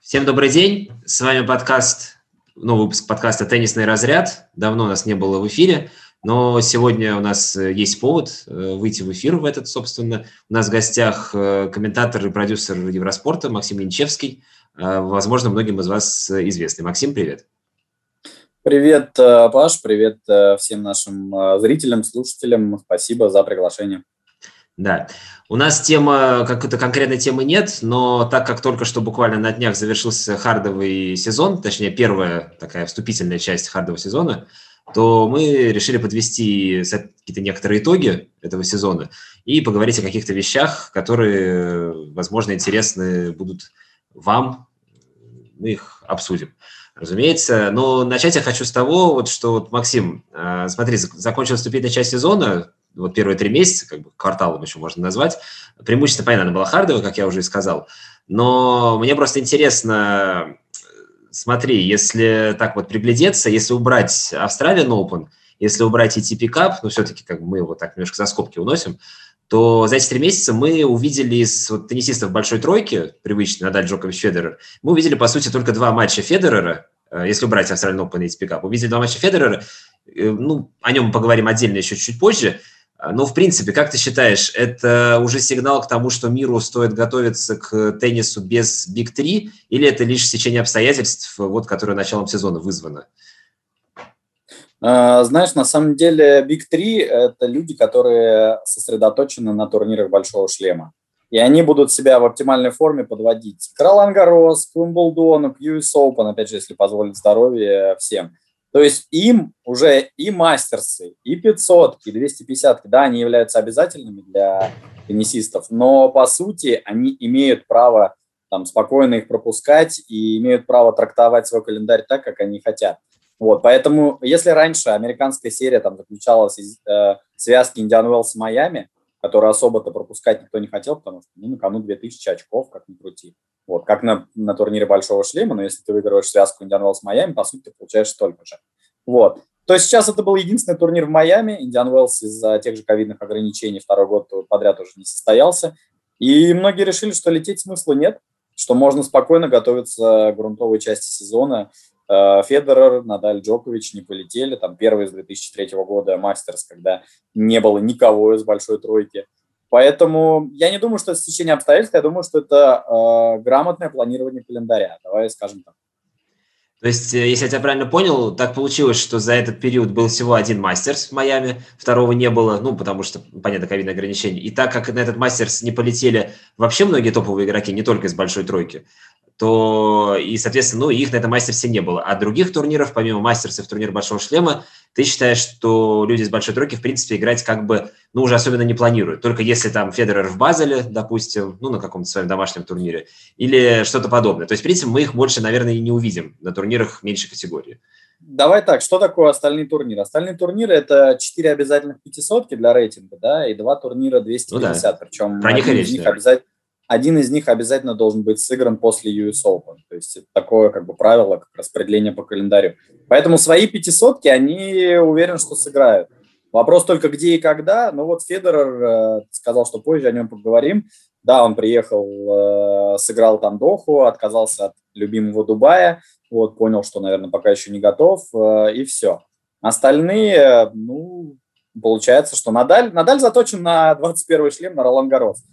Всем добрый день, с вами подкаст, новый выпуск подкаста «Теннисный разряд». Давно нас не было в эфире, но сегодня у нас есть повод выйти в эфир в этот, собственно. У нас в гостях комментатор и продюсер Евроспорта Максим Янчевский, возможно, многим из вас известный. Максим, привет. Привет, Паш, привет всем нашим зрителям, слушателям. Спасибо за приглашение. Да, у нас тема, какой-то конкретной темы нет, но так как только что буквально на днях завершился хардовый сезон, точнее первая такая вступительная часть хардового сезона, то мы решили подвести какие-то некоторые итоги этого сезона и поговорить о каких-то вещах, которые, возможно, интересны будут вам. Мы их обсудим, разумеется. Но начать я хочу с того, что, Максим, смотри, закончилась вступительная часть сезона, вот первые 3 месяца, как бы кварталом еще можно назвать. Преимущественно, понятно, она была хардовая, как я уже и сказал. Но мне просто интересно, смотри, если так вот приглядеться, если убрать Australian Open, если убрать ATP Cup, ну, все-таки как бы мы его так немножко за скобки уносим, то за эти 3 месяца мы увидели из теннисистов большой тройки, привычной, Надаль, Джокович, Федерер, мы увидели, по сути, только 2 матча Федерера, если убрать Australian Open и ATP Cup. Увидели 2 матча Федерера, ну, о нем мы поговорим отдельно еще чуть позже. Но, в принципе, как ты считаешь, это уже сигнал к тому, что миру стоит готовиться к теннису без Big 3, или это лишь стечение обстоятельств, которое началом сезона вызвано? Знаешь, на самом деле Big 3 – это люди, которые сосредоточены на турнирах Большого шлема. И они будут себя в оптимальной форме подводить к Ролан-Гаррос, к Уимблдону, к US Open, опять же, если позволит здоровье всем. То есть им уже и мастерсы, и 500-ки, и 250-ки, да, они являются обязательными для теннисистов, но по сути они имеют право там спокойно их пропускать и имеют право трактовать свой календарь так, как они хотят. Вот, поэтому если раньше американская серия там заключалась из связки Индиан Уэллс с Майами, которую особо-то пропускать никто не хотел, потому что на кону 2000 очков, как ни крути. Вот, как на турнире Большого шлема, но если ты выигрываешь связку Индиан Уэллс с Майами, по сути, ты получаешь столько же. Вот. То есть сейчас это был единственный турнир в Майами. Индиан Уэллс из-за тех же ковидных ограничений 2-й год подряд уже не состоялся. И многие решили, что лететь смысла нет, что можно спокойно готовиться к грунтовой части сезона. Федерер, Надаль, Джокович не полетели. Там первый из 2003 года мастерс, когда не было никого из большой тройки. Поэтому я не думаю, что это стечение обстоятельств, я думаю, что это грамотное планирование календаря. Давай скажем так. То есть, если я тебя правильно понял, так получилось, что за этот период был всего один мастерс в Майами, второго не было, ну, потому что, понятно, ковидные ограничения. И так как на этот мастерс не полетели вообще многие топовые игроки, не только из большой тройки, то и, соответственно, их на этом мастерсе не было. А других турниров, помимо мастерсов, турнир Большого шлема, ты считаешь, что люди из большой тройки, в принципе, играть как бы, ну, уже особенно не планируют. Только если там Федерер в Базеле, допустим, ну, на каком-то своем домашнем турнире, или что-то подобное. То есть, в принципе, мы их больше, наверное, и не увидим на турнирах меньшей категории. Давай так, что такое остальные турниры? Остальные турниры – это 4 обязательных 500-ки для рейтинга, да, и 2 турнира 250. Ну, да. Причем про них речь, один из них обязательно должен быть сыгран после US Open. То есть это такое как бы правило, как распределение по календарю. Поэтому свои 500-ки они уверен, что сыграют. Вопрос только где и когда. Но вот Федерер сказал, что позже о нем поговорим. Да, он приехал, сыграл там Доху, отказался от любимого Дубая. Вот, понял, что, наверное, пока еще не готов, и все. Остальные, ну, получается, что Надаль заточен на 21-й шлем, на Ролан-Гаррос.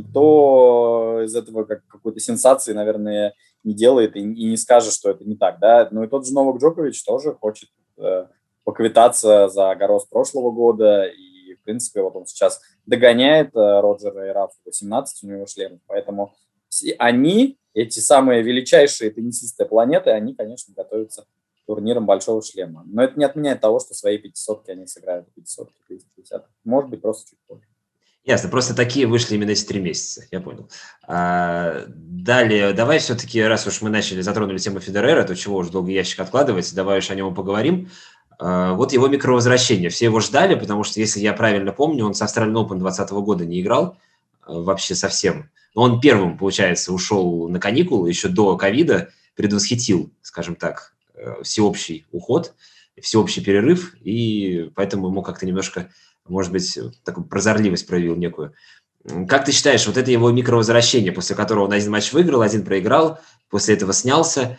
Никто из этого какой-то сенсации, наверное, не делает и не скажет, что это не так, да. Ну и тот же Новак Джокович тоже хочет поквитаться за Гаррос прошлого года, и, в принципе, вот он сейчас догоняет Роджера и Рафа, 18 у него шлемов, поэтому они, эти самые величайшие теннисисты планеты, они, конечно, готовятся к турнирам Большого шлема. Но это не отменяет того, что свои 500-ки они сыграют, 500-ки, 350. Может быть, просто чуть позже. Ясно, просто такие вышли именно эти 3 месяца, я понял. Далее, давай все-таки, раз уж мы затронули тему Федерера, то чего уж долго ящик откладывать, давай уж о нем поговорим. Вот его микровозвращение. Все его ждали, потому что, если я правильно помню, он с Australian Open 2020 года не играл вообще совсем. Но он первым, получается, ушел на каникулы, еще до ковида, предвосхитил, скажем так, всеобщий уход, всеобщий перерыв, и поэтому ему как-то немножко, может быть, такую прозорливость проявил некую. Как ты считаешь, вот это его микровозвращение, после которого он один матч выиграл, один проиграл, после этого снялся,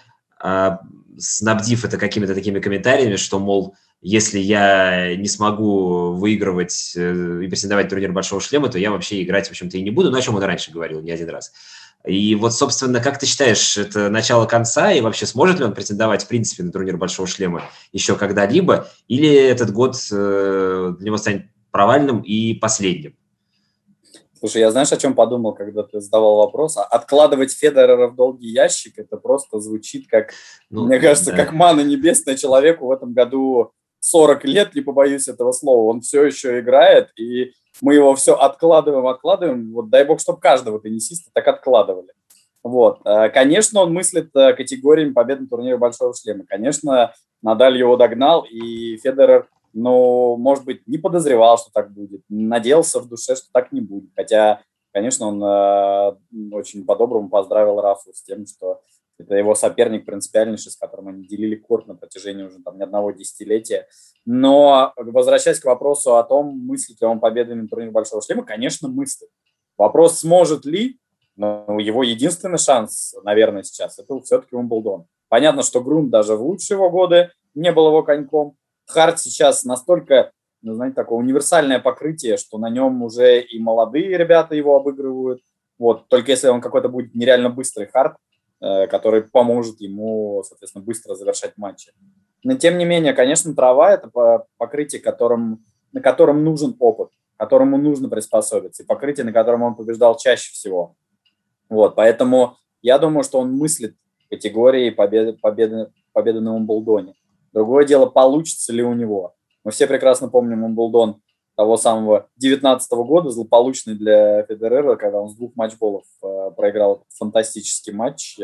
снабдив это какими-то такими комментариями, что, мол, если я не смогу выигрывать и претендовать на турнир Большого Шлема, то я вообще играть, в общем-то, и не буду, но о чем он и раньше говорил не один раз. И вот, собственно, как ты считаешь, это начало конца, и вообще сможет ли он претендовать, в принципе, на турнир Большого Шлема еще когда-либо, или этот год для него станет провальным и последним? Слушай, я знаешь, о чем подумал, когда ты задавал вопрос? Откладывать Федерера в долгий ящик, это просто звучит как, мне кажется, как манна небесная. Человеку в этом году 40 лет, не побоюсь этого слова, он все еще играет, и мы его все откладываем. Вот дай бог, чтобы каждого теннисиста так откладывали. Вот. Конечно, он мыслит категориями побед на турнире Большого Шлема. Конечно, Надаль его догнал, и Федерер, ну, может быть, не подозревал, что так будет, надеялся в душе, что так не будет. Хотя, конечно, он очень по-доброму поздравил Рафу с тем, что это его соперник принципиальнейший, с которым они делили корт на протяжении уже там не одного десятилетия. Но, возвращаясь к вопросу о том, мыслит ли он победы на турнире Большого Шлема, конечно, мыслит. Вопрос, сможет ли, но его единственный шанс, наверное, сейчас, это все-таки Уимблдон. Понятно, что Грунт даже в лучшие его годы не был его коньком. Хард сейчас настолько, ну, знаете, такое универсальное покрытие, что на нем уже и молодые ребята его обыгрывают. Вот, только если он какой-то будет нереально быстрый Хард, который поможет ему, соответственно, быстро завершать матчи. Но, тем не менее, конечно, трава – это покрытие, на котором нужен опыт, которому нужно приспособиться, и покрытие, на котором он побеждал чаще всего. Вот, поэтому я думаю, что он мыслит категории победы на Уимблдоне. Другое дело, получится ли у него. Мы все прекрасно помним Уимблдон того самого 2019 года, злополучный для Федерера, когда он с 2 матчболов проиграл этот фантастический матч.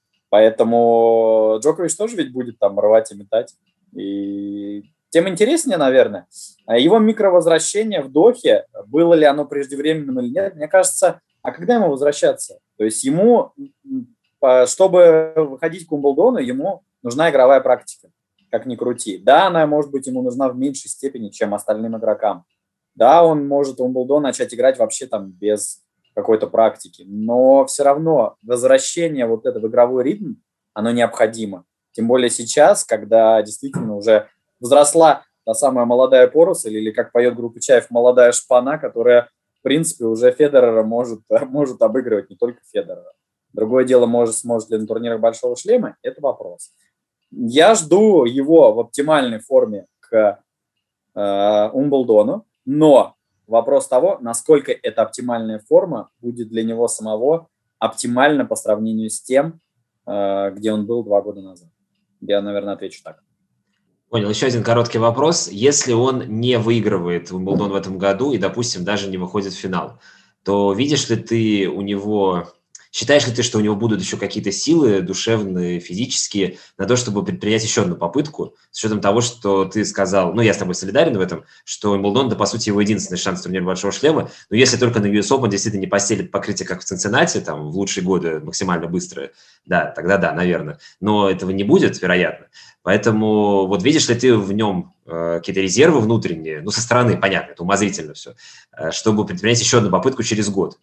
Поэтому Джокович тоже ведь будет там рвать и метать. И тем интереснее, наверное. Его микровозвращение в Дохе, было ли оно преждевременным или нет, мне кажется, а когда ему возвращаться? То есть ему, чтобы выходить к Уимблдону, ему нужна игровая практика, как ни крути. Да, она, может быть, ему нужна в меньшей степени, чем остальным игрокам. Да, он может Уимблдон начать играть вообще там без какой-то практики, но все равно возвращение вот это в игровой ритм, оно необходимо. Тем более сейчас, когда действительно уже взросла та самая молодая поросль, или, как поет группа Чаев, молодая шпана, которая, в принципе, уже Федерера может обыгрывать, не только Федерера. Другое дело, сможет ли на турнирах Большого Шлема, это вопрос. Я жду его в оптимальной форме к Уимблдону, но вопрос того, насколько эта оптимальная форма будет для него самого оптимальна по сравнению с тем, где он был 2 года назад. Я, наверное, отвечу так. Понял. Еще один короткий вопрос. Если он не выигрывает Уимблдон в этом году и, допустим, даже не выходит в финал, то видишь ли ты у него... Считаешь ли ты, что у него будут еще какие-то силы душевные, физические на то, чтобы предпринять еще одну попытку, с учетом того, что ты сказал, ну, я с тобой солидарен в этом, что Уимблдон, да, по сути, его единственный шанс в турнире Большого Шлема, но если только на US Open действительно не постелит покрытие, как в Цинциннати, там, в лучшие годы максимально быстрое, да, тогда да, наверное, но этого не будет, вероятно. Поэтому вот видишь ли ты в нем какие-то резервы внутренние, ну, со стороны, понятно, это умозрительно все, чтобы предпринять еще одну попытку через год?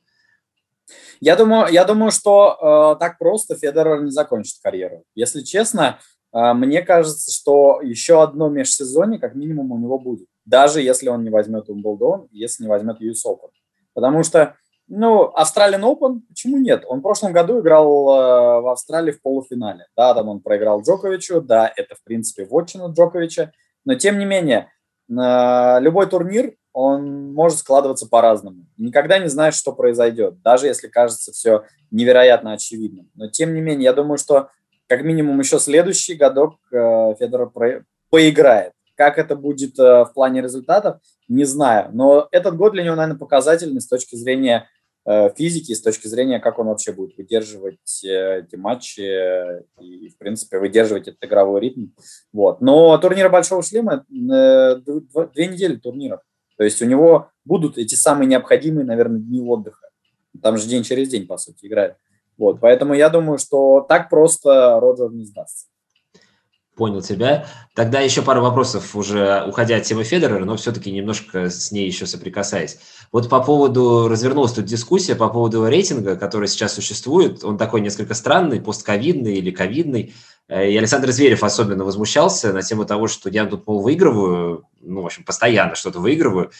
Я думаю, что так просто Федерер не закончит карьеру. Если честно, мне кажется, что еще одно межсезонье как минимум у него будет. Даже если он не возьмет Уимблдон, если не возьмет US Open. Потому что, ну, Australian Open, почему нет? Он в прошлом году играл в Австралии в полуфинале. Да, там он проиграл Джоковичу, да, это, в принципе, вотчина Джоковича. Но, тем не менее, любой турнир, он может складываться по-разному. Никогда не знаешь, что произойдет, даже если кажется все невероятно очевидным. Но, тем не менее, я думаю, что как минимум еще следующий годок Федерер поиграет. Как это будет в плане результатов, не знаю. Но этот год для него, наверное, показательный с точки зрения физики, с точки зрения, как он вообще будет выдерживать эти матчи и, в принципе, выдерживать этот игровой ритм. Вот. Но турнир Большого Шлема 2 недели турниров. То есть у него будут эти самые необходимые, наверное, дни отдыха. Там же день через день, по сути, играет. Вот. Поэтому я думаю, что так просто Роджер не сдастся. Понял тебя. Тогда еще пару вопросов, уже уходя от темы Федерера, но все-таки немножко с ней еще соприкасаясь. Вот по поводу, развернулась тут дискуссия по поводу рейтинга, который сейчас существует. Он такой несколько странный, постковидный или ковидный. И Александр Зверев особенно возмущался на тему того, что я тут, мол, выигрываю, ну, в общем, постоянно что-то выигрываю,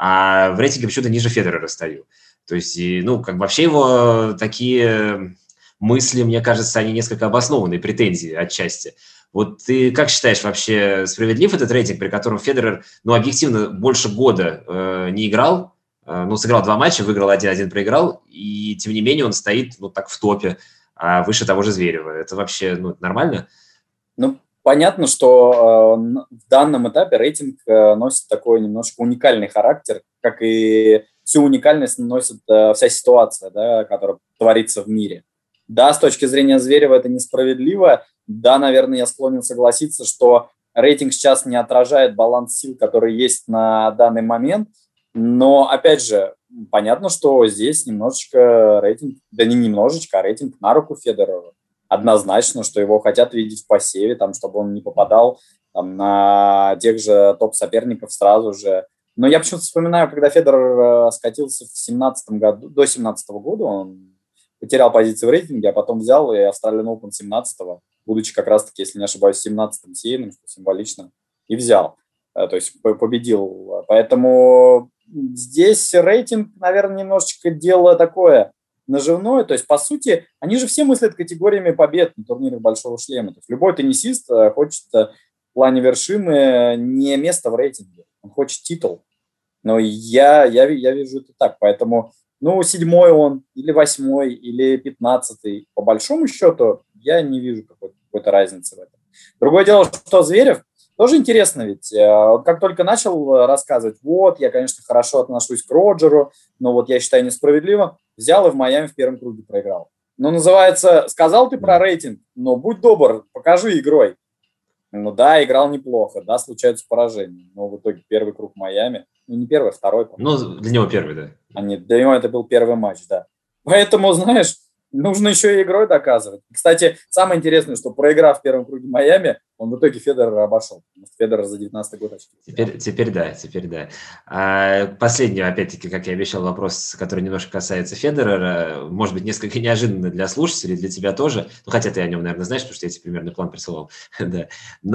а в рейтинге почему-то ниже Федерера стою. То есть, ну, как бы вообще его такие мысли, мне кажется, они несколько обоснованные, претензии отчасти. Вот ты как считаешь, вообще справедлив этот рейтинг, при котором Федерер, ну, объективно, больше года не играл, ну, сыграл 2 матча, выиграл 1-1, проиграл, и тем не менее он стоит, ну, так в топе, выше того же Зверева. Это вообще, ну, нормально? Ну, понятно, что в данном этапе рейтинг носит такой немножко уникальный характер, как и всю уникальность носит вся ситуация, да, которая творится в мире. Да, с точки зрения Зверева это несправедливо. Да, наверное, я склонен согласиться, что рейтинг сейчас не отражает баланс сил, который есть на данный момент. Но, опять же, понятно, что здесь немножечко рейтинг, да не немножечко, а рейтинг на руку Федереру. Однозначно, что его хотят видеть в посеве, там, чтобы он не попадал там, на тех же топ-соперников сразу же. Но я почему-то вспоминаю, когда Федерер скатился в 17 году, до 17 года, он потерял позиции в рейтинге, а потом взял и Australian Open 17-го, будучи как раз-таки, если не ошибаюсь, 17-м сеянным, что символично, и взял. То есть победил. Поэтому здесь рейтинг, наверное, немножечко дело такое наживное. То есть, по сути, они же все мыслят категориями побед на турнирах Большого Шлема. То есть любой теннисист хочет в плане вершины не место в рейтинге, он хочет титул. Но я вижу это так. Поэтому, ну, 7-й он, или 8-й, или 15-й, по большому счету, я не вижу какой-то разницы в этом. Другое дело, что Зверев, тоже интересно ведь, как только начал рассказывать, вот, я, конечно, хорошо отношусь к Роджеру, но вот я считаю несправедливо, взял и в Майами в первом круге проиграл. Ну, называется, сказал ты про рейтинг, но будь добр, покажи игрой. Ну да, играл неплохо, да, случаются поражения, но в итоге первый круг в Майами, ну не первый, второй. Ну, для него первый, да. А нет, для него это был первый матч, да. Поэтому, знаешь, нужно еще и игрой доказывать. Кстати, самое интересное, что проиграв в первом круге Майами, он в итоге Федерера обошел. Потому что Федерер за 19 год очки. Теперь да. Последний, опять-таки, как я обещал, вопрос, который немножко касается Федерера. Может быть, несколько неожиданно для слушателей, для тебя тоже. Ну, хотя ты о нем, наверное, знаешь, потому что я тебе примерный план присылал. Да.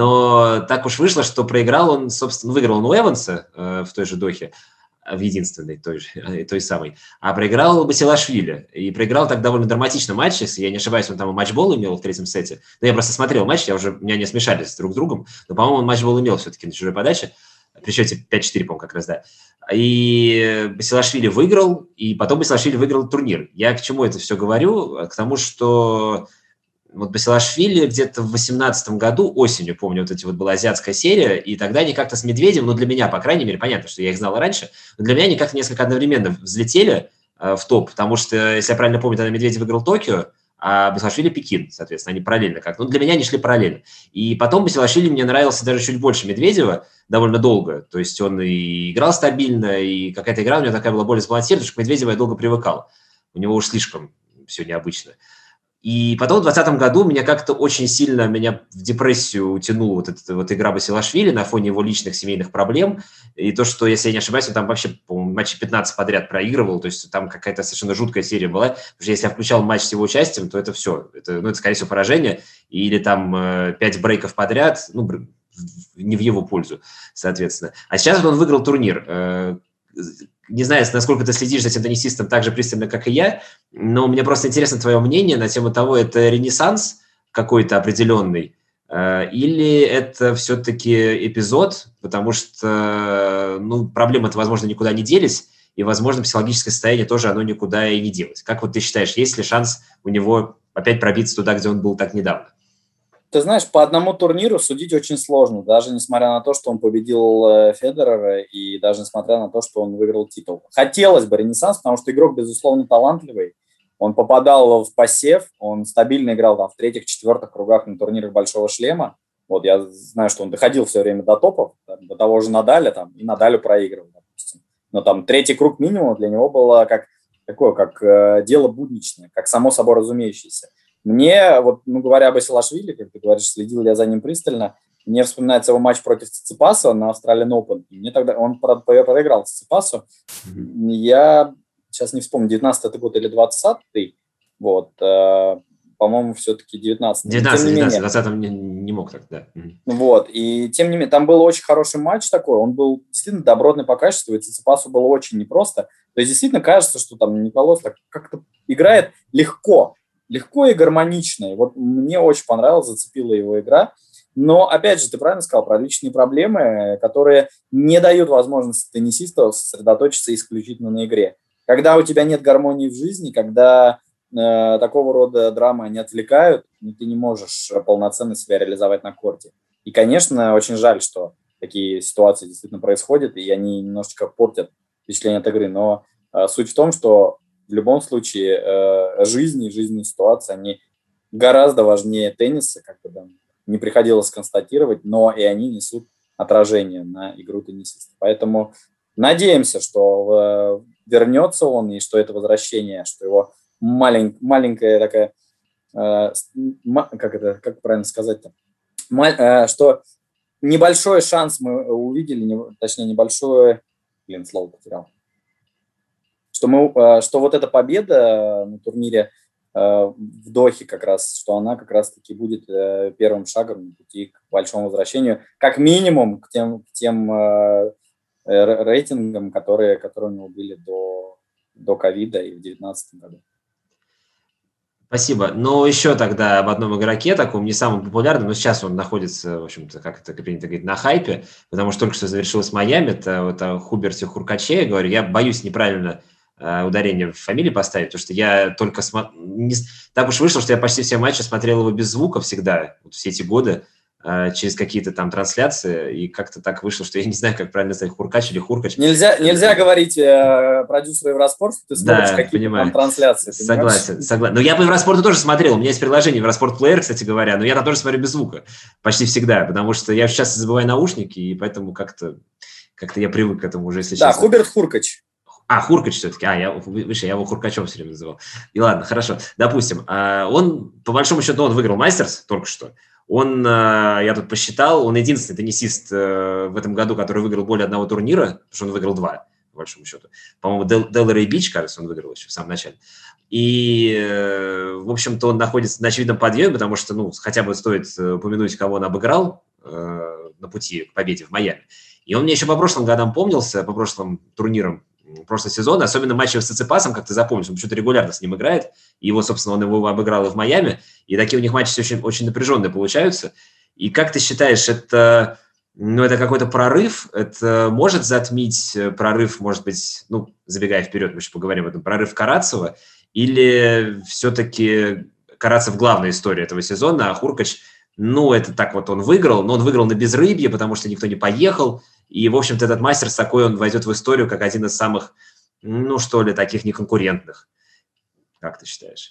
Но так уж вышло, что проиграл он, собственно, выиграл он у Эванса в той же Дохе, в единственной, той самой, а проиграл Басилашвили. И проиграл так довольно драматично матч, если я не ошибаюсь, он там и матчбол имел в третьем сете. Но я просто смотрел матч, меня не смешались друг с другом, но, по-моему, он матчбол имел все-таки на чужой подаче, при счете 5-4, по-моему, как раз, да. И Басилашвили выиграл, и потом Басилашвили выиграл турнир. Я к чему это все говорю? К тому, что вот Басилашвили где-то в 2018 году, осенью, помню, вот эти вот была азиатская серия, и тогда они как-то с Медведем, ну, для меня, по крайней мере, понятно, что я их знал раньше, но для меня они как-то несколько одновременно взлетели в топ, потому что, если я правильно помню, тогда Медведев выиграл Токио, а Басилашвили Пекин, соответственно, они параллельно как-то. Ну, для меня они шли параллельно. И потом Басилашвили мне нравился даже чуть больше Медведева довольно долго. То есть он и играл стабильно, и какая-то игра у него такая была более сбалансированная, потому что к Медведеву я долго привыкал. У него уж слишком все необычно. И потом в 2020 году меня как-то очень сильно в депрессию утянула вот эта вот игра Басилашвили на фоне его личных семейных проблем. И то, что, если я не ошибаюсь, он там вообще, по-моему, матчи 15 подряд проигрывал, то есть там какая-то совершенно жуткая серия была. Потому что если я включал матч с его участием, то это все. Это скорее всего, поражение. Или там 5 брейков подряд, ну, не в его пользу, соответственно. А сейчас он выиграл турнир. Не знаю, насколько ты следишь за этим теннисистом так же пристально, как и я, но мне просто интересно твое мнение на тему того, это ренессанс какой-то определенный, или это все-таки эпизод, потому что, ну, проблемы-то, возможно, никуда не делись, и, возможно, психологическое состояние тоже, оно никуда и не делось. Как вот ты считаешь, есть ли шанс у него опять пробиться туда, где он был так недавно? Ты знаешь, по одному турниру судить очень сложно, даже несмотря на то, что он победил Федерера и даже несмотря на то, что он выиграл титул. Хотелось бы ренессанс, потому что игрок, безусловно, талантливый. Он попадал в посев, он стабильно играл там в третьих-четвертых кругах на турнирах Большого Шлема. Вот я знаю, что он доходил все время до топов, до того же Надаля, там, и Надалю проигрывал, допустим. Но там третий круг минимум для него было как дело будничное, как само собой разумеющееся. Мне, вот, ну, говоря об Басилашвили, как ты говоришь, следил я за ним пристально, мне вспоминается его матч против Циципаса на Australian Open. И мне тогда, он проиграл Циципасу. Я сейчас не вспомню, 19-й год или 20-й. Вот, по-моему, все-таки 19-й. 19-й, 20-м не мог так, да. Вот, и тем не менее, там был очень хороший матч такой, он был действительно добротный по качеству, и Циципасу было очень непросто. То есть действительно кажется, что там Николос так как-то играет легко и гармонично. И вот мне очень понравилось, зацепила его игра. Но, опять же, ты правильно сказал про личные проблемы, которые не дают возможности теннисисту сосредоточиться исключительно на игре. Когда у тебя нет гармонии в жизни, когда такого рода драмы они отвлекают, ты не можешь полноценно себя реализовать на корте. И, конечно, очень жаль, что такие ситуации действительно происходят, и они немножечко портят впечатление от игры. Но суть в том, что в любом случае жизненные ситуации, они гораздо важнее тенниса, как бы да, не приходилось констатировать, но и они несут отражение на игру теннисиста. Поэтому надеемся, что вернется он, и что это возвращение, что его маленькая такая, как правильно сказать-то, что небольшой шанс мы увидели, точнее небольшое, слово потерял, что вот эта победа на турнире в Дохе как раз, что она как раз-таки будет первым шагом на пути к большому возвращению, как минимум к тем рейтингам, которые у него были до ковида и в 2019 году. Спасибо. Но еще тогда об одном игроке, таком не самом популярном, но сейчас он находится, в общем-то, как это принято говорить, на хайпе, потому что только что завершилось Майами, это Хуберти Хуркаче, я говорю, я боюсь неправильно ударение в фамилии поставить, потому что я только так уж вышло, что я почти все матчи смотрел его без звука всегда, вот все эти годы, через какие-то там трансляции, и как-то так вышло, что я не знаю, как правильно сказать, Хуркач или Хуркач. Нельзя говорить продюсеру Евроспорта, ты смотришь какие-то там трансляции. Согласен. Но я по Евроспорту тоже смотрел, у меня есть приложение Евроспорт Плеер, кстати говоря, но я там тоже смотрю без звука, почти всегда, потому что я сейчас забываю наушники, и поэтому как-то я привык к этому уже, если честно. Да, Хуберт Хуркач. Хуркач все-таки. Я его Хуркачом все время называл. И ладно, хорошо. Допустим, он, по большому счету, он выиграл Мастерс только что. Он, я тут посчитал, он единственный теннисист в этом году, который выиграл более одного турнира, потому что он выиграл 2, по большому счету. По-моему, Делрей Бич, кажется, он выиграл еще в самом начале. И, в общем-то, он находится на очевидном подъеме, потому что, хотя бы стоит упомянуть, кого он обыграл на пути к победе в Майами. И он мне еще по прошлым годам помнился, по прошлым турнирам, прошлый сезон, особенно матчи с Циципасом, как ты запомнишь, он почему-то регулярно с ним играет, и его, собственно, он его обыграл и в Майами, и такие у них матчи очень, очень напряженные получаются. И как ты считаешь, это какой-то прорыв, это может затмить прорыв, может быть, забегая вперед, мы еще поговорим об этом, прорыв Карацева, или все-таки Карацев главная история этого сезона, а Хуркач, это так вот он выиграл, но он выиграл на безрыбье, потому что никто не поехал. И, в общем-то, этот Мастерс такой, он войдет в историю как один из самых, таких неконкурентных. Как ты считаешь?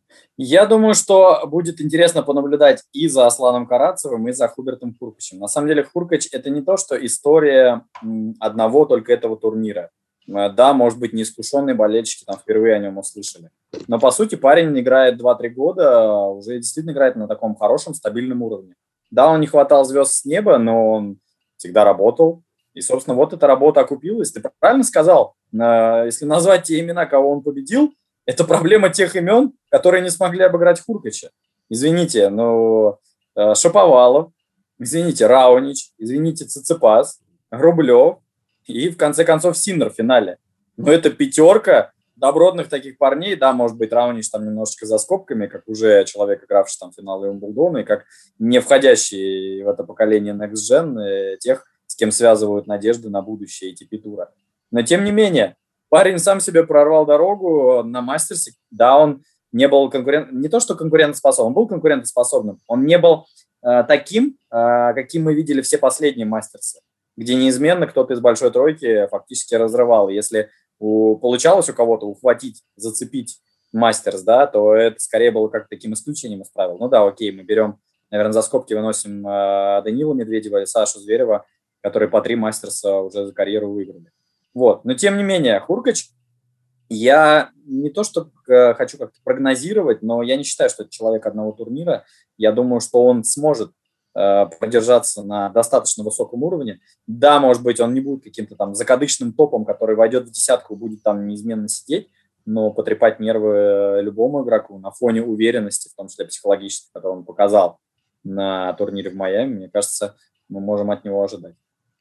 Я думаю, что будет интересно понаблюдать и за Асланом Карацевым, и за Хубертом Хуркачем. На самом деле, Хуркач – это не то, что история одного только этого турнира. Да, может быть, неискушенные болельщики там впервые о нем услышали. Но, по сути, парень играет 2-3 года, уже действительно играет на таком хорошем, стабильном уровне. Да, он не хватал звезд с неба, но он всегда работал. И, собственно, вот эта работа окупилась. Ты правильно сказал? Если назвать те имена, кого он победил, это проблема тех имен, которые не смогли обыграть Хуркача. Извините, но Шаповалов, извините, Раунич, извините, Циципас, Рублев и, в конце концов, Синнер в финале. Но это пятерка добротных таких парней. Да, может быть, Раунич там немножечко за скобками, как уже человек, игравший там в финале Уимблдона, и как не входящий в это поколение Next Gen, тех, с кем связывают надежды на будущее ATP тура. Но, тем не менее, парень сам себе прорвал дорогу на Мастерсе. Да, он не был не то что конкурентоспособным, он был конкурентоспособным. Он не был таким, каким мы видели все последние Мастерсы, где неизменно кто-то из большой тройки фактически разрывал. Если получалось у кого-то ухватить, зацепить Мастерс, да, то это скорее было как таким исключением из правил. Окей, мы берем, наверное, за скобки выносим Данила Медведева и Сашу Зверева, которые по 3 Мастерса уже за карьеру выиграли. Вот. Но, тем не менее, Хуркач Я не то, что хочу как-то прогнозировать, но я не считаю, что это человек одного турнира. Я думаю, что он сможет продержаться на достаточно высоком уровне. Да, может быть, он не будет каким-то там закадычным топом, который войдет в десятку и будет там неизменно сидеть, но потрепать нервы любому игроку на фоне уверенности, в том числе психологически, которую он показал на турнире в Майами, мне кажется, мы можем от него ожидать.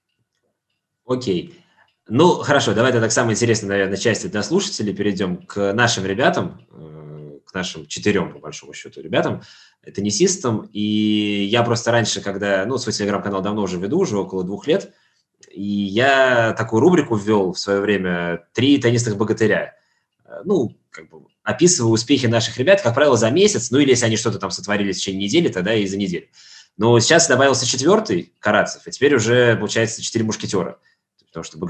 Окей. Ну, хорошо, давай тогда к самой интересной, наверное, части для слушателей перейдем к нашим ребятам, к нашим 4, по большому счету, ребятам, теннисистам. И я просто раньше, когда, свой телеграм-канал давно уже веду, уже около 2 лет, и я такую рубрику ввел в свое время «3 теннисных богатыря». Описываю успехи наших ребят, как правило, за месяц, или если они что-то там сотворили в течение недели, тогда и за неделю. Но сейчас добавился 4-й, Карацев, и теперь уже, получается, 4 мушкетера. Потому что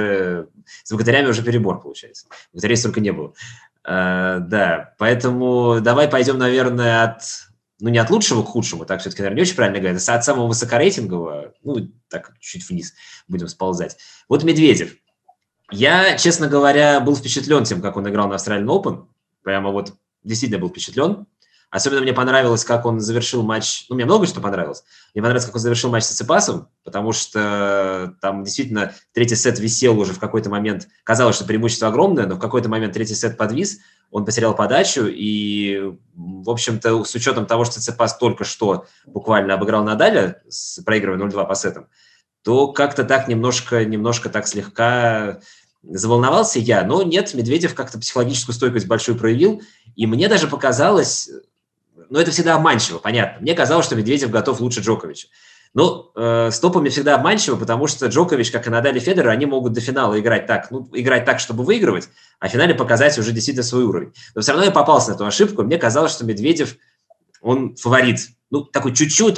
с богатырями уже перебор получается. Богатырей столько не было. Да, поэтому давай пойдем, наверное, не от лучшего к худшему, так все-таки, наверное, не очень правильно говорить, а от самого высокорейтингового, так чуть вниз будем сползать. Вот Медведев. Я, честно говоря, был впечатлен тем, как он играл на Australian Open. Прямо действительно был впечатлен. Особенно мне понравилось, как он завершил матч. Мне много что понравилось. Мне понравилось, как он завершил матч с Циципасом, потому что там действительно третий сет висел уже в какой-то момент. Казалось, что преимущество огромное, но в какой-то момент третий сет подвис, он потерял подачу, и, в общем-то, с учетом того, что Циципас только что буквально обыграл Надаля, проигрывая 0-2 по сетам, то как-то так немножко так слегка заволновался я. Но нет, Медведев как-то психологическую стойкость большую проявил, и мне даже показалось... это всегда обманчиво, понятно. Мне казалось, что Медведев готов лучше Джоковича. С топами всегда обманчиво, потому что Джокович, как и Надаль и Федерер, они могут до финала играть так, чтобы выигрывать, а в финале показать уже действительно свой уровень. Но все равно я попался на эту ошибку. Мне казалось, что Медведев, он фаворит. Такой чуть-чуть,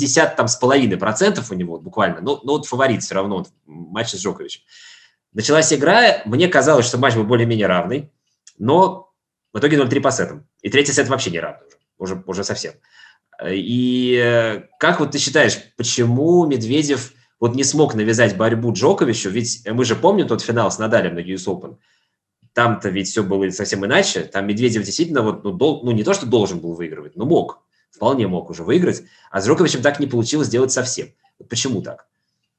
50,5% у него буквально. Но фаворит все равно в матче с Джоковичем. Началась игра, мне казалось, что матч был более-менее равный, но в итоге 0-3 по сетам. И третий сет вообще не равный уже совсем. И как ты считаешь, почему Медведев не смог навязать борьбу Джоковичу? Ведь мы же помним тот финал с Надалем на US Open. Там-то ведь все было совсем иначе. Там Медведев действительно не то, что должен был выигрывать, но мог. Вполне мог уже выиграть. А с Джоковичем так не получилось сделать совсем. Почему так?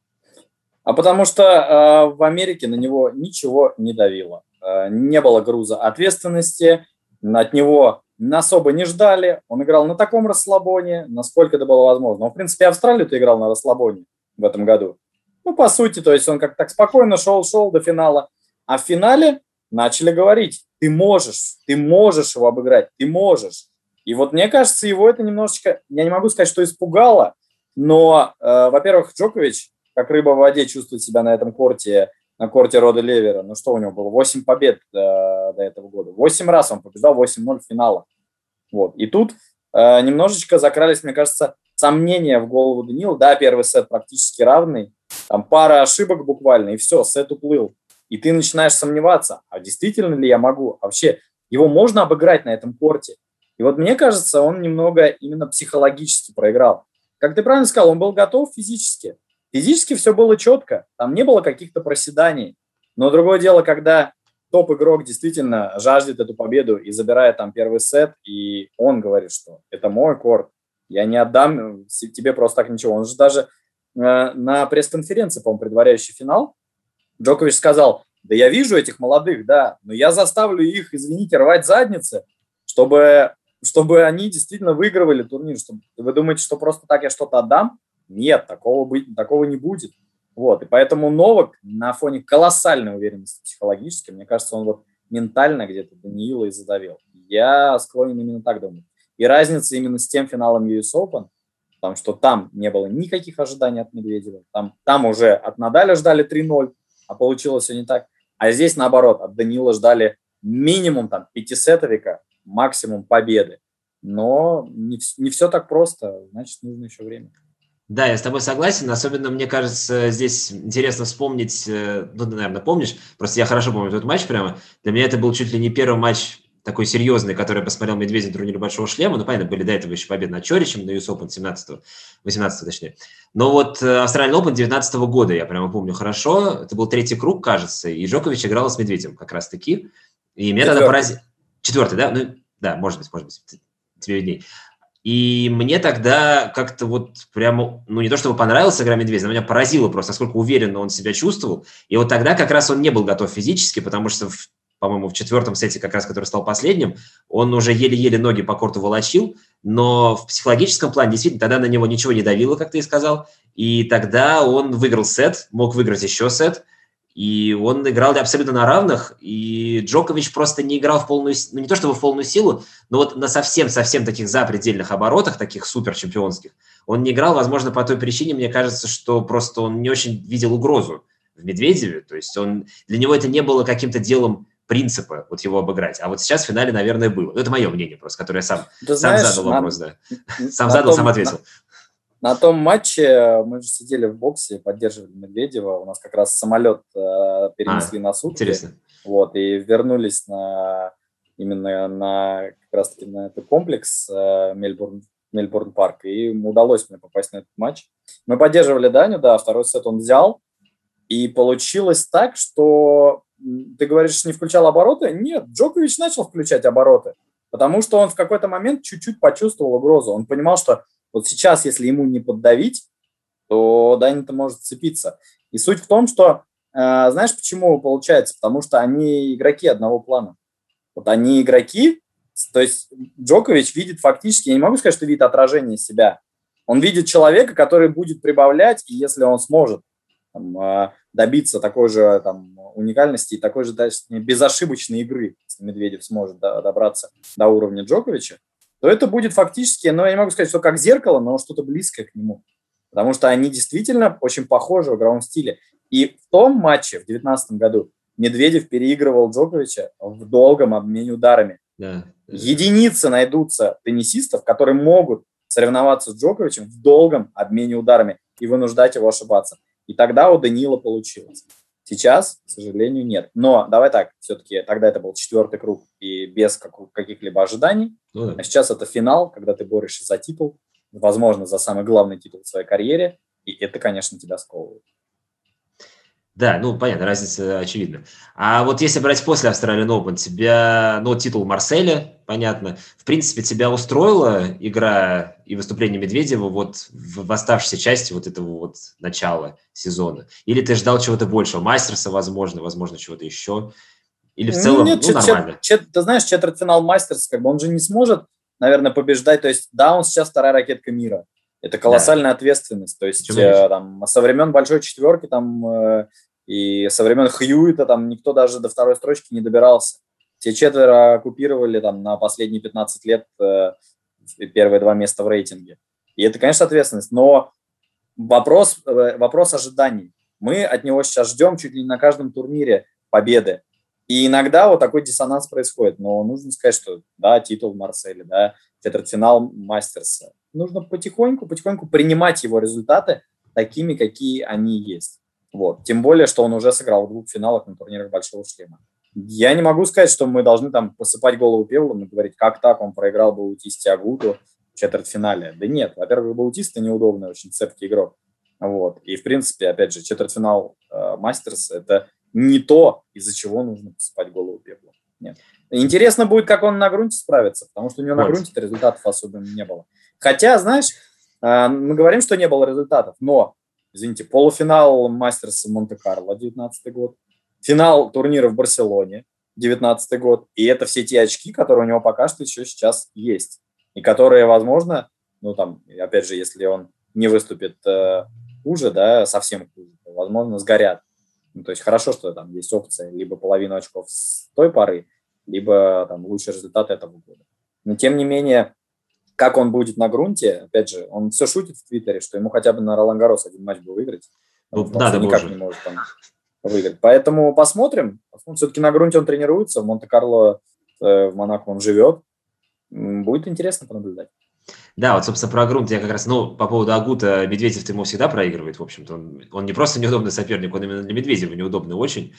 А потому что в Америке на него ничего не давило. Не было груза ответственности, от него особо не ждали. Он играл на таком расслабоне, насколько это было возможно. Он, в принципе, Австралию-то играл на расслабоне в этом году. По сути, то есть он как-то так спокойно шел до финала. А в финале начали говорить: ты можешь его обыграть, ты можешь. И мне кажется, его это немножечко, я не могу сказать, что испугало, но, во-первых, Джокович, как рыба в воде, чувствует себя на этом корте, на корте Рода Левера. Что у него было? 8 побед до этого года. 8 раз он побеждал, 8-0 в финалах. И тут немножечко закрались, мне кажется, сомнения в голову Данила. Да, первый сет практически равный. Там пара ошибок буквально, и все, сет уплыл. И ты начинаешь сомневаться, а действительно ли я могу? Вообще, его можно обыграть на этом корте? И мне кажется, он немного именно психологически проиграл. Как ты правильно сказал, он был готов физически. Физически все было четко, там не было каких-то проседаний. Но другое дело, когда топ-игрок действительно жаждет эту победу и забирает там первый сет, и он говорит, что это мой корт, я не отдам тебе просто так ничего. Он же даже на пресс-конференции, по-моему, предваряющий финал, Джокович сказал: да я вижу этих молодых, да, но я заставлю их, извините, рвать задницы, чтобы они действительно выигрывали турнир. Вы думаете, что просто так я что-то отдам? Нет, такого не будет. И поэтому Новак на фоне колоссальной уверенности психологически, мне кажется, он ментально где-то Даниила и задавил. Я склонен именно так думать. И разница именно с тем финалом US Open, потому что там не было никаких ожиданий от Медведева. Там уже от Надаля ждали 3-0, а получилось все не так. А здесь, наоборот, от Даниила ждали минимум 5-сетовика, максимум победы. Но не все так просто, значит, нужно еще время. Да, я с тобой согласен. Особенно, мне кажется, здесь интересно вспомнить, ты, наверное, помнишь, просто я хорошо помню этот матч прямо. Для меня это был чуть ли не первый матч такой серьезный, который я посмотрел Медведев на турнире Большого шлема. Понятно, были до этого еще победы над Чоричем на US Open 18 точнее. Но Australian Open 19 года я прямо помню хорошо. Это был 3-й круг, кажется, и Джокович играл с Медведевым как раз-таки. И меня тогда поразило... Четвертый, да? Ну, да, может быть, тебе видней. И мне тогда как-то вот прямо, ну, не то чтобы понравилась игра Медведева, но меня поразило просто, насколько уверенно он себя чувствовал. И вот тогда как раз он не был готов физически, потому что, по-моему, в четвертом сете, как раз который стал последним, он уже еле-еле ноги по корту волочил, но в психологическом плане действительно тогда на него ничего не давило, как ты и сказал, и тогда он выиграл сет, мог выиграть еще сет, и он играл абсолютно на равных, и Джокович просто не играл в полную, ну не то чтобы в полную силу, но вот на совсем-совсем таких запредельных оборотах, таких суперчемпионских, он не играл, возможно, по той причине, мне кажется, что просто он не очень видел угрозу в Медведеве, то есть для него это не было каким-то делом принципа вот его обыграть, а вот сейчас в финале, наверное, было. Это мое мнение просто, которое я сам задал вопрос, да. Сам задал, сам ответил. На том матче мы же сидели в боксе, поддерживали Медведева. У нас как раз самолет перенесли на сутки. Интересно. Вот, и вернулись именно как раз-таки на этот комплекс Мельбурн Парк. И удалось мне попасть на этот матч. Мы поддерживали Даню, да, второй сет он взял. И получилось так, что ты говоришь, не включал обороты? Нет, Джокович начал включать обороты. Потому что он в какой-то момент чуть-чуть почувствовал угрозу. Он понимал, что вот сейчас, если ему не поддавить, то Даня-то может сцепиться. И суть в том, что, знаешь, почему получается? Потому что они игроки одного плана. Вот они игроки, то есть Джокович видит фактически, я не могу сказать, что видит отражение себя. Он видит человека, который будет прибавлять, и если он сможет добиться такой же уникальности и такой же безошибочной игры, если Медведев сможет добраться до уровня Джоковича, то это будет фактически, я не могу сказать, что как зеркало, но что-то близкое к нему. Потому что они действительно очень похожи в игровом стиле. И в том матче в 2019 году Медведев переигрывал Джоковича в долгом обмене ударами. Да. Единицы найдутся теннисистов, которые могут соревноваться с Джоковичем в долгом обмене ударами и вынуждать его ошибаться. И тогда у Даниила получилось. Сейчас, к сожалению, нет. Но давай так, все-таки тогда это был 4-й круг и без каких-либо ожиданий. Ну, да. А сейчас это финал, когда ты борешься за титул, возможно, за самый главный титул в своей карьере, и это, конечно, тебя сковывает. Да, ну, понятно, разница очевидна. А вот если брать после Australian Open, тебя, титул Марселя, понятно, в принципе, тебя устроила игра и выступление Медведева вот в оставшейся части вот этого вот начала сезона? Или ты ждал чего-то большего? Мастерса, возможно, чего-то еще? Или в целом, нормально? Ты знаешь, четвертьфинал Мастерс, он же не сможет, наверное, побеждать. То есть, да, он сейчас вторая ракетка мира. Это колоссальная ответственность. То есть, со времен Большой Четверки, и со времен Хьюита никто даже до второй строчки не добирался. Все четверо оккупировали на последние 15 лет первые 2 места в рейтинге. И это, конечно, ответственность. Но вопрос ожиданий. Мы от него сейчас ждем чуть ли не на каждом турнире победы. И иногда вот такой диссонанс происходит. Но нужно сказать, что да, титул в Марселе, да, четвертьфинал Мастерса. Нужно потихоньку принимать его результаты такими, какие они есть. Вот. Тем более, что он уже сыграл в 2 финалах на турнирах Большого Шлема. Я не могу сказать, что мы должны посыпать голову пеплом и говорить, как так он проиграл Баутисте Агуту в четвертьфинале. Да нет, во-первых, Баутиста неудобный, очень цепкий игрок. Вот. И, в принципе, опять же, четвертьфинал Мастерс – это не то, из-за чего нужно посыпать голову пеплом. Нет. Интересно будет, как он на грунте справится, потому что у него на грунте результатов особенно не было. Хотя, знаешь, мы говорим, что не было результатов, но извините, полуфинал Мастерса Монте-Карло, 19 год, финал турнира в Барселоне, 19 год, и это все те очки, которые у него пока что еще сейчас есть, и которые, возможно, опять же, если он не выступит хуже, да, совсем хуже, то, возможно, сгорят. То есть хорошо, что там есть опция либо половину очков с той поры, либо лучший результат этого года. Но, тем не менее, как он будет на грунте, опять же, он все шутит в Твиттере, что ему хотя бы на Ролан-Гаррос один матч бы выиграть. Надо никак уже. Не может выиграть. Поэтому посмотрим. Все-таки на грунте он тренируется, в Монте-Карло, в Монако он живет. Будет интересно понаблюдать. Да, вот, собственно, про грунт я как раз, по поводу Агута, Медведев-то ему всегда проигрывает, в общем-то. Он не просто неудобный соперник, он именно для Медведева неудобный очень.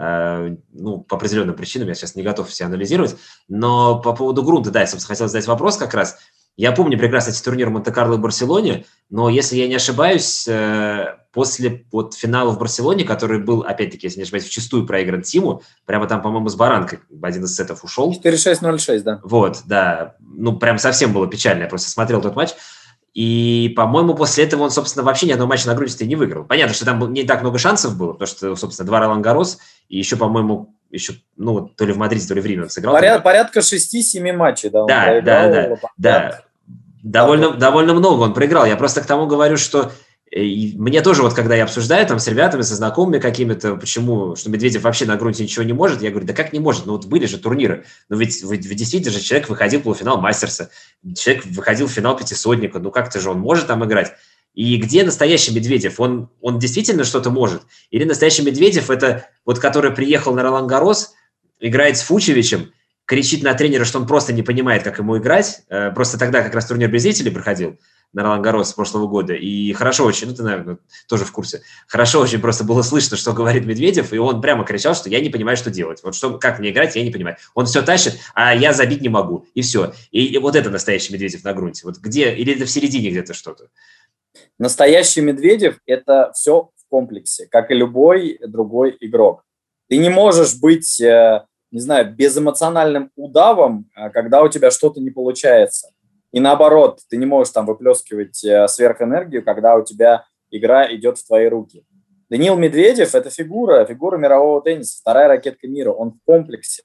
По определенным причинам, я сейчас не готов все анализировать. Но по поводу грунта, да, я, собственно, хотел задать вопрос как раз. Я помню прекрасно эти турниры Монте-Карло и Барселоне, но если я не ошибаюсь, после вот финала в Барселоне, который был, опять-таки, если не ошибаюсь, вчистую проигран Тиму, прямо там, по-моему, с баранкой в один из сетов ушел. 4-6-0-6, да. Вот, да. Ну, прям совсем было печально. Я просто смотрел тот матч. И, по-моему, после этого он, собственно, вообще ни одного матча на грунте не выиграл. Понятно, что там не так много шансов было, потому что, собственно, 2 Ролан-Гаррос, и еще, по-моему, ну, то ли в Мадриде, то ли в Риме он сыграл. Порядка 6-7 матчей, да, он проиграл. Да. Довольно много он проиграл. Я просто к тому говорю, что мне тоже вот, когда я обсуждаю там с ребятами, со знакомыми какими-то, почему, что Медведев вообще на грунте ничего не может, я говорю, да как не может? Ну вот были же турниры. Ну ведь действительно же человек выходил в полуфинал Мастерса, человек выходил в финал пятисотника, ну как-то же он может там играть. И где настоящий Медведев? Он действительно что-то может? Или настоящий Медведев – это вот который приехал на Ролан-Гаррос, играет с Фучевичем, кричит на тренера, что он просто не понимает, как ему играть. Просто тогда как раз турнир без зрителей проходил на Ролан-Гаррос с прошлого года. И хорошо очень, ну ты, наверное, тоже в курсе, хорошо очень просто было слышно, что говорит Медведев, и он прямо кричал, что я не понимаю, что делать. Вот что, как мне играть, я не понимаю. Он все тащит, а я забить не могу. И все. И вот это настоящий Медведев на грунте. Вот где? Или это в середине где-то что-то? Настоящий Медведев – это все в комплексе, как и любой другой игрок. Ты не можешь быть, не знаю, безэмоциональным удавом, когда у тебя что-то не получается. И наоборот, ты не можешь там выплескивать сверхэнергию, когда у тебя игра идет в твои руки. Даниил Медведев – это фигура мирового тенниса, вторая ракетка мира, он в комплексе.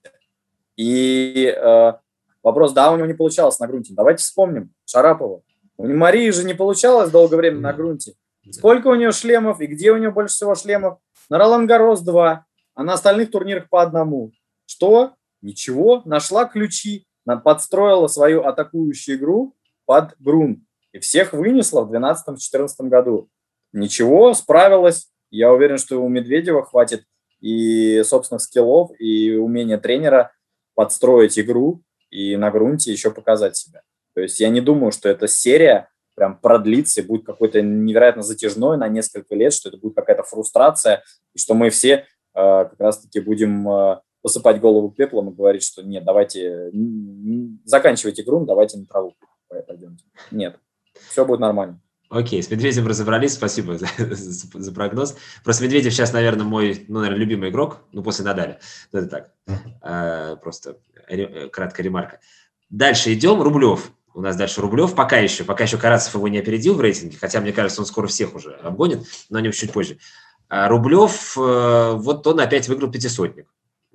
И вопрос, да, у него не получалось на грунте. Давайте вспомним Шарапова. У Марии же не получалось долгое время на грунте. Сколько у нее шлемов и где у нее больше всего шлемов? На Ролан-Гаррос 2, а на остальных турнирах по 1. Что? Ничего. Нашла ключи, подстроила свою атакующую игру под грунт. И всех вынесла в 2012-2014 году. Ничего, справилась. Я уверен, что у Медведева хватит и собственных скиллов, и умения тренера подстроить игру и на грунте еще показать себя. То есть я не думаю, что эта серия прям продлится и будет какой-то невероятно затяжной на несколько лет, что это будет какая-то фрустрация, и что мы все как раз-таки будем посыпать голову пеплом и говорить, что нет, давайте заканчивайте игру, давайте на траву пойдемте. Нет, все будет нормально. Окей, с Медведевым разобрались, спасибо за прогноз. Просто Медведев сейчас, наверное, мой, любимый игрок, после Надаля. Это так, просто краткая ремарка. Дальше идем, Рублев. У нас дальше Рублев, пока еще Карацев его не опередил в рейтинге, хотя, мне кажется, он скоро всех уже обгонит, но о нем чуть позже. А Рублев, вот он опять выиграл пятисотник,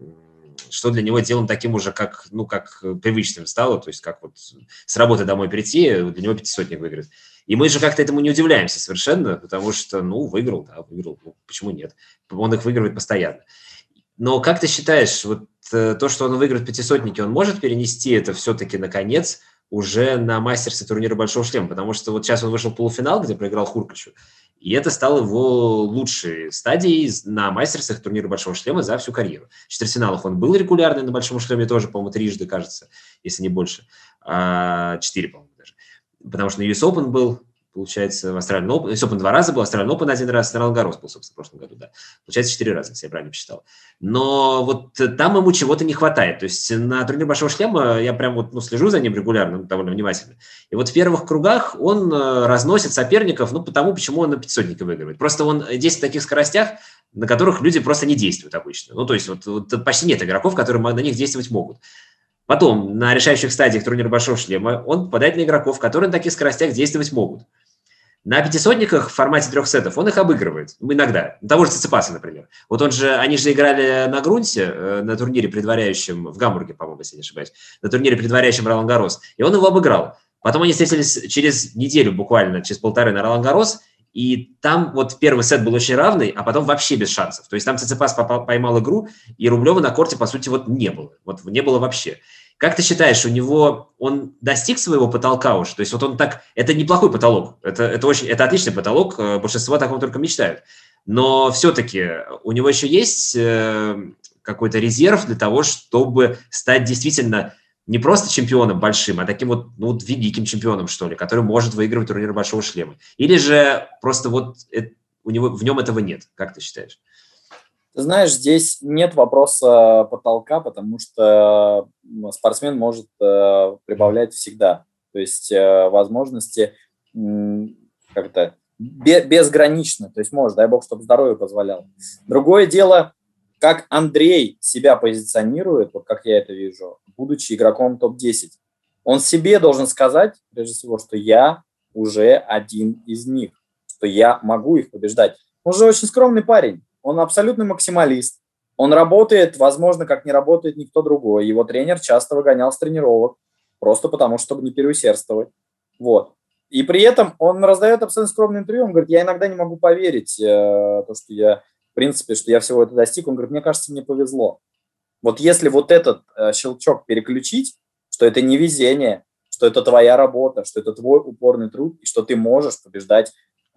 что для него делом таким уже, как привычным стало, то есть как вот с работы домой прийти, для него пятисотник выиграть. И мы же как-то этому не удивляемся совершенно, потому что, выиграл, почему нет? Он их выигрывает постоянно. Но как ты считаешь, вот то, что он выиграет пятисотники, он может перенести это все-таки, наконец, уже на мастерсе турнира Большого Шлема? Потому что вот сейчас он вышел в полуфинал, где проиграл Хуркачу, и это стало его лучшей стадией на мастерсах турнира Большого Шлема за всю карьеру. В четвертьфиналах он был регулярный на Большом Шлеме тоже, по-моему, 3 кажется, если не больше. 4, по-моему, даже. Потому что на US Open был, получается, в Australian Open. US Open 2 раза был, Australian Open 1 раз, на Ролан-Гаррос был, собственно, в прошлом году, да. Получается, 4 раза, если я правильно посчитал. Но вот там ему чего-то не хватает. То есть на турнире Большого Шлема я прям слежу за ним регулярно, довольно внимательно. И вот в первых кругах он разносит соперников, потому почему он на пятисотника выигрывает. Просто он действует в таких скоростях, на которых люди просто не действуют обычно. То есть вот почти нет игроков, которые на них действовать могут. Потом, на решающих стадиях турнира Большого Шлема он попадает на игроков, которые на таких скоростях действовать могут. На пятисотниках в формате 3 сетов он их обыгрывает. Иногда. Того же Циципаса, например. Вот они же играли на грунте на турнире, предваряющем в Гамбурге, по-моему, если не ошибаюсь, на турнире, предваряющем Ролан-Гаррос. И он его обыграл. Потом они встретились через неделю буквально, через полторы на Ролан-Гаррос, и там вот первый сет был очень равный, а потом вообще без шансов. То есть там Циципас поймал игру, и Рублева на корте, по сути, не было. Не было вообще. Как ты считаешь, он достиг своего потолка уже? То есть он так, это неплохой потолок, это отличный потолок, большинство о таком только мечтают. Но все-таки у него еще есть какой-то резерв для того, чтобы стать действительно не просто чемпионом большим, а таким великим чемпионом, что ли, который может выигрывать турнир Большого Шлема. Или же просто в нем этого нет? Как ты считаешь? Ты знаешь, здесь нет вопроса потолка, потому что спортсмен может прибавлять всегда. То есть возможности безгранично, то есть можешь, дай бог, чтобы здоровье позволяло. Другое дело, как Андрей себя позиционирует, вот как я это вижу, будучи игроком топ-10. Он себе должен сказать, прежде всего, что я уже один из них, что я могу их побеждать. Он же очень скромный парень, он абсолютный максималист. Он работает, возможно, как не работает никто другой. Его тренер часто выгонял с тренировок, просто потому, чтобы не переусердствовать. Вот. И при этом он раздает абсолютно скромное интервью. Он говорит, я иногда не могу поверить, то, что я, в принципе, что я всего этого достиг. Он говорит, мне кажется, мне повезло. Вот если вот этот щелчок переключить, что это не везение, что это твоя работа, что это твой упорный труд, и что ты можешь побеждать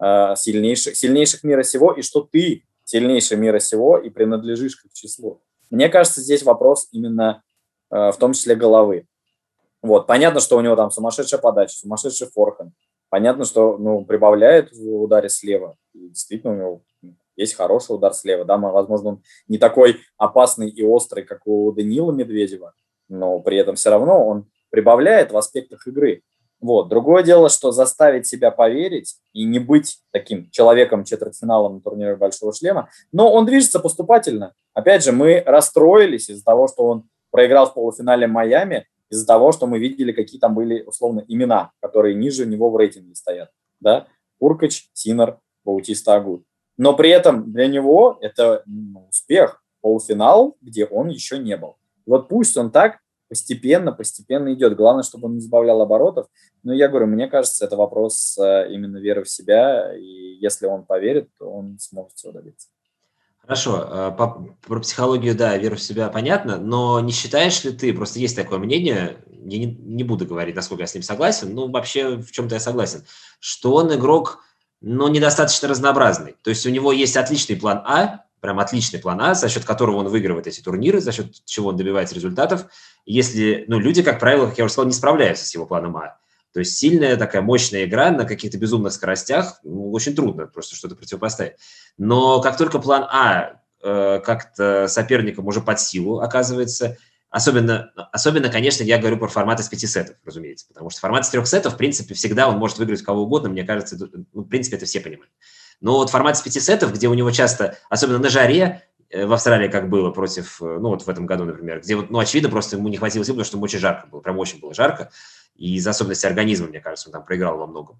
сильнейших мира сего, и что ты сильнейший мира сего и принадлежишь к их числу. Мне кажется, здесь вопрос именно в том числе головы. Вот. Понятно, что у него там сумасшедшая подача, сумасшедший форхенд. Понятно, что прибавляет в ударе слева. И действительно, у него есть хороший удар слева. Да, возможно, он не такой опасный и острый, как у Даниила Медведева, но при этом все равно он прибавляет в аспектах игры. Вот. Другое дело, что заставить себя поверить и не быть таким человеком-четвертьфиналом на турнире Большого Шлема, но он движется поступательно. Опять же, мы расстроились из-за того, что он проиграл в полуфинале Майами, из-за того, что мы видели, какие там были, условно, имена, которые ниже него в рейтинге стоят. Да? Уркач, Синер, Баутиста Агут. Но при этом для него это успех, полуфинал, где он еще не был. Вот пусть он так постепенно идет. Главное, чтобы он не сбавлял оборотов. Но я говорю, мне кажется, это вопрос именно веры в себя. И если он поверит, то он сможет всего добиться. Хорошо, про психологию, да, веру в себя понятно, но не считаешь ли ты, просто есть такое мнение, я не буду говорить, насколько я с ним согласен, но вообще в чем-то я согласен, что он игрок, но недостаточно разнообразный. То есть у него есть отличный план А, прям отличный план А, за счет которого он выигрывает эти турниры, за счет чего он добивается результатов. Если, люди, как правило, как я уже сказал, не справляются с его планом А. То есть сильная такая мощная игра на каких-то безумных скоростях, очень трудно просто что-то противопоставить. Но как только план А как-то соперникам уже под силу оказывается, особенно, конечно, я говорю про формат из 5 сетов, разумеется, потому что формат из 3 сетов, в принципе, всегда он может выиграть кого угодно, мне кажется, в принципе, это все понимают. Но вот формат из 5 сетов, где у него часто, особенно на жаре, в Австралии, как было против, вот в этом году, например, где вот, очевидно, просто ему не хватило сил, потому что ему очень жарко было, прям очень было жарко, и из-за особенностей организма, мне кажется, он там проиграл во многом.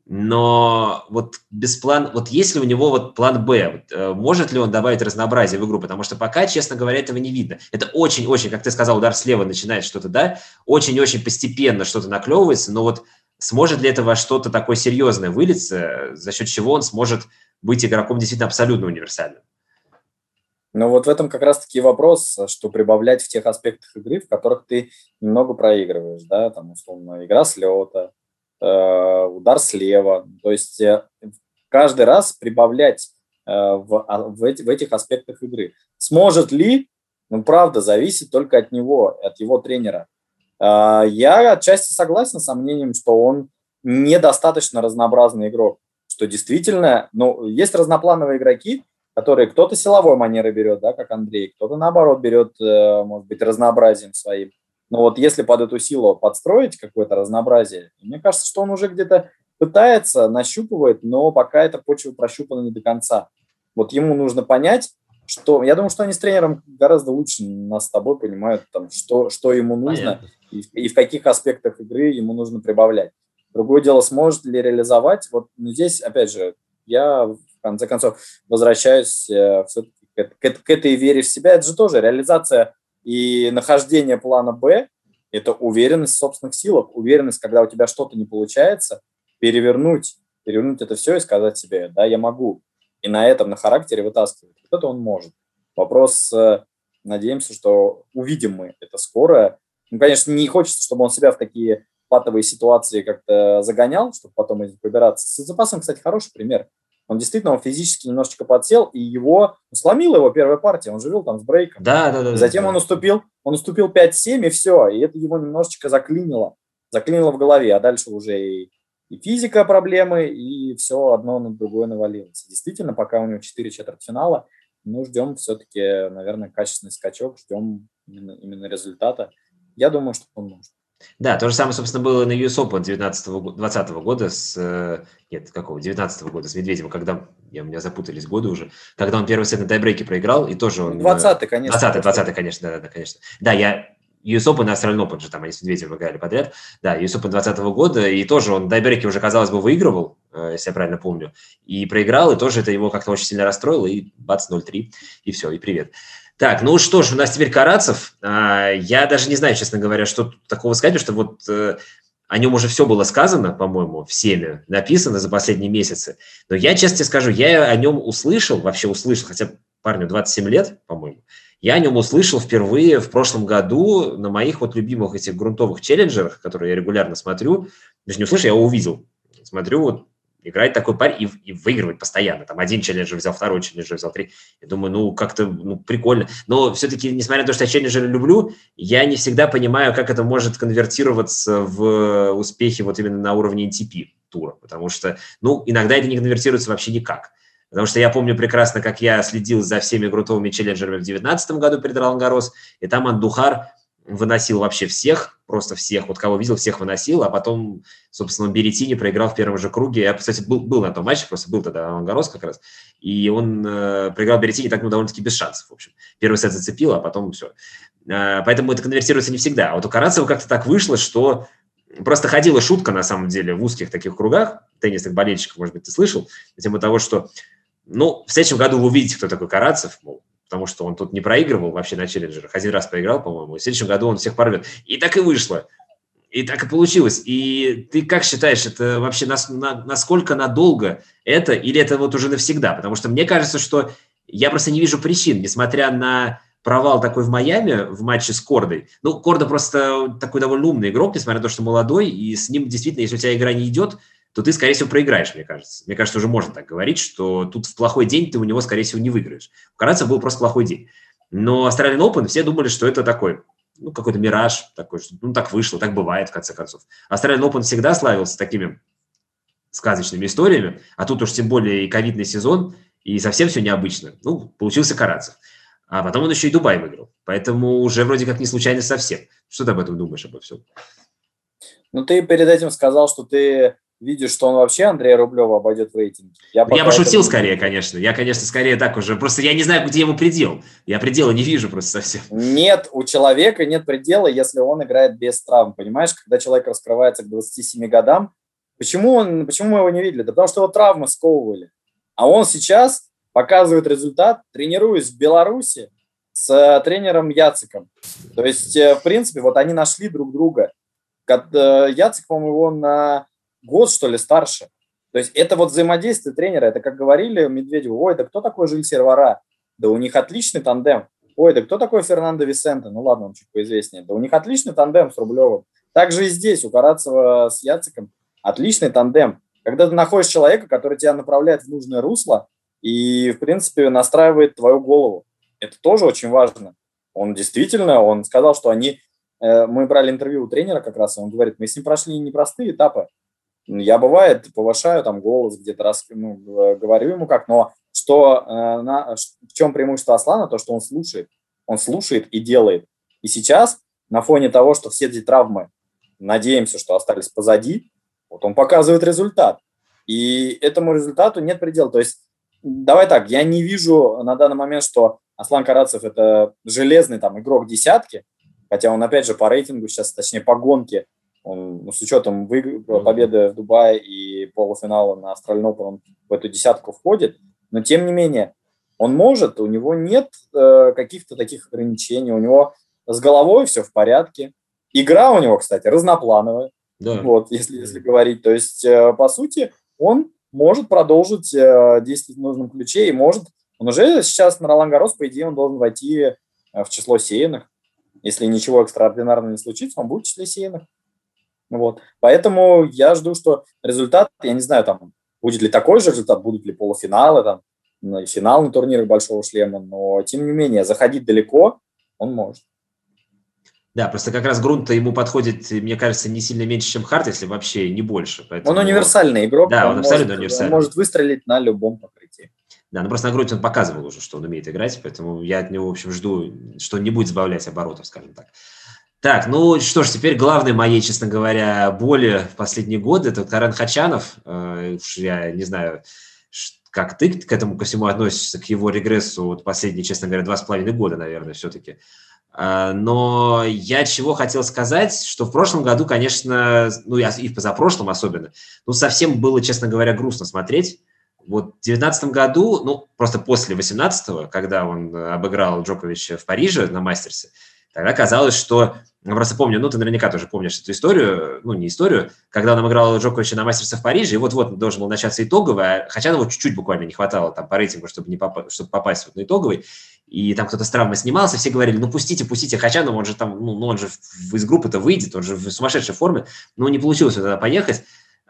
Но вот без плана, вот есть ли у него вот план Б, может ли он добавить разнообразие в игру, потому что пока, честно говоря, этого не видно. Это очень-очень, как ты сказал, удар слева начинает что-то, да, очень-очень постепенно что-то наклевывается, но вот сможет ли это во что-то такое серьезное вылиться, за счет чего он сможет быть игроком действительно абсолютно универсальным? Ну вот в этом как раз-таки вопрос, что прибавлять в тех аспектах игры, в которых ты немного проигрываешь, да, там, условно, игра с лета, удар слева, то есть каждый раз прибавлять в этих аспектах игры. Сможет ли? Правда, зависит только от него, от его тренера. Я отчасти согласен с мнением, что он недостаточно разнообразный игрок, что действительно, есть разноплановые игроки, которые кто-то силовой манерой берет, да, как Андрей, кто-то, наоборот, берет, может быть, разнообразием своим. Но вот если под эту силу подстроить какое-то разнообразие, мне кажется, что он уже где-то пытается, нащупывает, но пока эта почва прощупана не до конца. Вот ему нужно понять, что... Я думаю, что они с тренером гораздо лучше нас с тобой понимают, там, что ему нужно и в каких аспектах игры ему нужно прибавлять. Другое дело, сможет ли реализовать. Вот здесь, опять же, я в конце концов возвращаюсь все-таки к этой вере в себя. Это же тоже реализация и нахождение плана Б. Это уверенность в собственных силах, уверенность, когда у тебя что-то не получается, перевернуть это все и сказать себе, да, я могу. И на этом, на характере вытаскивать. Вот это он может. Вопрос, надеемся, что увидим мы это скоро. Конечно, не хочется, чтобы он себя в такие патовые ситуации как-то загонял, чтобы потом из них выбираться. С запасом, кстати, хороший пример. Он действительно физически немножечко подсел, и сломила его первая партия. Он же вел там с брейком. Да. Затем он уступил 5-7, и все. И это его немножечко заклинило в голове. А дальше уже и физика проблемы, и все одно на другое навалилось. Действительно, пока у него 4 четвертьфинала, ждем все-таки, наверное, качественный скачок, ждем именно результата. Я думаю, что он может. Да, то же самое, собственно, было на US Open 2020 года нет, какого, 19 года с Медведевым, когда, у меня запутались годы уже, когда он первый сет на тайбрейке проиграл, и тоже он... 20-й, конечно. 20-й, конечно, да, конечно. Да, я US Open и Australian Open же там они с Медведевым играли подряд. Да, US Open 2020 года, и тоже он тайбрейки уже, казалось бы, выигрывал, если я правильно помню, и проиграл, и тоже это его как-то очень сильно расстроило, и бац, 0-3, и все, и привет. Так, ну что ж, у нас теперь Карацев. Я даже не знаю, честно говоря, что тут такого сказать, что вот о нем уже все было сказано, по-моему, всеми написано за последние месяцы. Но я, честно тебе скажу, я о нем услышал, хотя парню 27 лет, по-моему, я о нем услышал впервые в прошлом году на моих вот любимых этих грунтовых челленджерах, которые я регулярно смотрю. Даже не услышал, я его увидел. Смотрю, вот играет такой парень и выигрывает постоянно. Там один челленджер взял, второй челленджер взял, три. Я думаю, ну, как-то прикольно. Но все-таки, несмотря на то, что я челленджеры люблю, я не всегда понимаю, как это может конвертироваться в успехи вот именно на уровне ATP тура. Потому что, ну, иногда это не конвертируется вообще никак. Потому что я помню прекрасно, как я следил за всеми грунтовыми челленджерами в 2019 году перед Ролан-Гаррос, и там Андухар выносил вообще всех, просто всех, вот кого видел, всех выносил, а потом, собственно, Береттини проиграл в первом же круге. Я, кстати, был на том матче, просто был тогда Ролан-Гаррос как раз, и он проиграл Береттини так, ну, довольно-таки без шансов, в общем. Первый сет зацепил, а потом все. Поэтому это конвертируется не всегда. А вот у Карацева как-то так вышло, что просто ходила шутка, на самом деле, в узких таких кругах, теннисных болельщиков, может быть, ты слышал, на тему того, что, ну, в следующем году вы увидите, кто такой Карацев, мол, потому что он тут не проигрывал вообще на челленджерах. Один раз проиграл, по-моему, и в следующем году он всех порвет. И так и вышло. И так и получилось. И ты как считаешь, это вообще насколько надолго это, или это вот уже навсегда? Потому что мне кажется, что я просто не вижу причин, несмотря на провал такой в Майами в матче с Кордой. Ну, Корда просто такой довольно умный игрок, несмотря на то, что молодой, и с ним действительно, если у тебя игра не идет, то ты, скорее всего, проиграешь, мне кажется. Мне кажется, уже можно так говорить, что тут в плохой день ты у него, скорее всего, не выиграешь. У Карацева был просто плохой день. Но Australian Open все думали, что это такой, ну, какой-то мираж, такой, что, ну, так вышло, так бывает, в конце концов. Australian Open всегда славился такими сказочными историями, а тут уж тем более и ковидный сезон, и совсем все необычно. Ну, получился Карацев. А потом он еще и Дубай выиграл. Поэтому уже вроде как не случайно совсем. Что ты об этом думаешь, обо всем? Ну, ты перед этим сказал, что ты видишь, что он вообще Андрея Рублева обойдет в рейтинге. Я пошутил скорее, конечно. Я, конечно, скорее так уже. Просто я не знаю, где ему предел. Я предела не вижу просто совсем. Нет, у человека нет предела, если он играет без травм. Понимаешь, когда человек раскрывается к 27 годам, почему мы его не видели? Да потому что его травмы сковывали. А он сейчас показывает результат, тренируясь в Беларуси с тренером Яциком. То есть, в принципе, вот они нашли друг друга. Яцик, по-моему, его на год, что ли, старше. То есть это вот взаимодействие тренера. Это, как говорили Медведеву, ой, да кто такой Жиль Сервара? Да у них отличный тандем. Ой, да кто такой Фернандо Висенте? Ну ладно, он чуть поизвестнее. Да у них отличный тандем с Рублевым. Также и здесь у Карацева с Яциком отличный тандем. Когда ты находишь человека, который тебя направляет в нужное русло и, в принципе, настраивает твою голову. Это тоже очень важно. Он действительно, он сказал, что мы брали интервью у тренера как раз, и он говорит, мы с ним прошли непростые этапы. Я, бывает, повышаю там голос, где-то раз говорю ему как, но в чем преимущество Аслана, то, что он слушает и делает. И сейчас, на фоне того, что все эти травмы, надеемся, что остались позади, вот он показывает результат. И этому результату нет предела. То есть, давай так, я не вижу на данный момент, что Аслан Карацев – это железный там игрок десятки, хотя он, опять же, по рейтингу сейчас, точнее, по гонке, он, с учетом победы в Дубае и полуфинала на Australian Open, он в эту десятку входит, но, тем не менее, он может, у него нет каких-то таких ограничений, у него с головой все в порядке. Игра у него, кстати, разноплановая, да. Вот, если говорить. То есть, по сути, он может продолжить действовать в нужном ключе и он уже сейчас на Ролан-Гаррос, по идее, он должен войти в число сеянных. Если ничего экстраординарного не случится, он будет в числе сеянных. Вот. Поэтому я жду, что результат, я не знаю, там, будет ли такой же результат, будут ли полуфиналы, там, финал на турнирах Большого Шлема, но, тем не менее, заходить далеко он может. Да, просто как раз грунт-то ему подходит, мне кажется, не сильно меньше, чем хард, если вообще не больше. Поэтому... Он универсальный игрок, да, он абсолютно универсальный. Он может выстрелить на любом покрытии. Да, но просто на грудь он показывал уже, что он умеет играть, поэтому я от него, в общем, жду, что он не будет сбавлять оборотов, скажем так. Так, ну что ж, теперь главной моей, честно говоря, боли в последние годы – это Карен Хачанов. Я не знаю, как ты к этому ко всему относишься, к его регрессу вот последние, честно говоря, 2,5 года, наверное, все-таки. Но я чего хотел сказать, что в прошлом году, конечно, ну и в позапрошлом особенно, ну совсем было, честно говоря, грустно смотреть. Вот в 2019 году, ну просто после 2018, когда он обыграл Джоковича в Париже на Мастерсе, тогда казалось, что... Я просто помню, ну, ты наверняка тоже помнишь эту историю, ну, не историю, когда он обыграл Джоковича на Мастерсе в Париже, и вот-вот должен был начаться итоговый, а Хачанову чуть-чуть буквально не хватало там по рейтингу, чтобы попасть вот на итоговый, и там кто-то с травмой снимался, все говорили, ну, пустите Хачанова, он же там, ну, он же из группы-то выйдет, он же в сумасшедшей форме, но не получилось тогда поехать.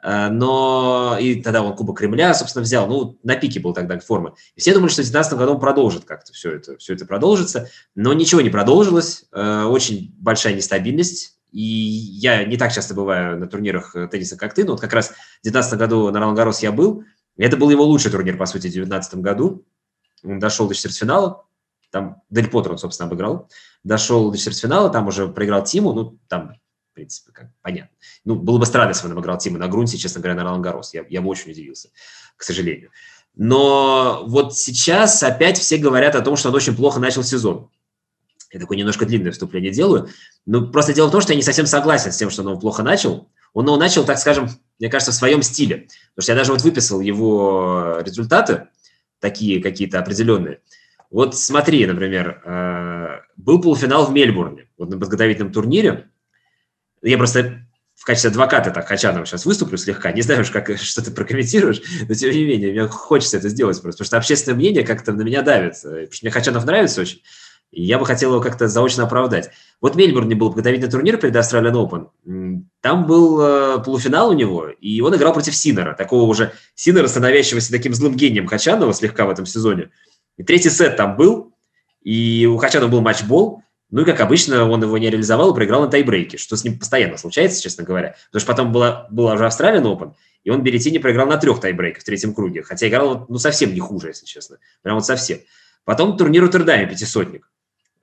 Но и тогда он Кубок Кремля, собственно, взял. Ну, на пике был тогда формы. И все думали, что в 2019 году он продолжит как-то все это продолжится. Но ничего не продолжилось. Очень большая нестабильность. И я не так часто бываю на турнирах тенниса, как ты. Но вот как раз в 2019 году на Ролан-Гаррос я был. И это был его лучший турнир, по сути, в 2019 году. Он дошел до четвертьфинала. Там Дель Потро он, собственно, обыграл. Дошел до четвертьфинала, там уже проиграл Тиму. Ну, там... В принципе, как понятно. Ну, было бы странно, если бы он обыграл Тима на грунте, честно говоря, на Ролан-Гаррос. Я бы очень удивился, к сожалению. Но вот сейчас опять все говорят о том, что он очень плохо начал сезон. Я такое немножко длинное вступление делаю. Но просто дело в том, что я не совсем согласен с тем, что он плохо начал. Он его начал, так скажем, мне кажется, в своем стиле. Потому что я даже вот выписал его результаты, такие какие-то определенные. Вот смотри, например, был полуфинал в Мельбурне, вот на подготовительном турнире. Я просто в качестве адвоката так Хачанова сейчас выступлю слегка. Не знаю уж, что ты прокомментируешь, но тем не менее, мне хочется это сделать просто, потому что общественное мнение как-то на меня давит. Потому что мне Хачанов нравится очень, и я бы хотел его как-то заочно оправдать. Вот в Мельбурне был подготовительный турнир перед Australian Open. Там был полуфинал у него, и он играл против Синнера, такого уже Синнера, становящегося таким злым гением Хачанова слегка в этом сезоне. И третий сет там был, и у Хачанова был матчбол. Ну и, как обычно, он его не реализовал и проиграл на тайбрейке, что с ним постоянно случается, честно говоря. Потому что потом была уже Australian Open, и он Береттини проиграл на 3 тайбрейках в третьем круге, хотя играл, ну, совсем не хуже, если честно. Прям вот совсем. Потом турнир в Роттердаме, 500-ник.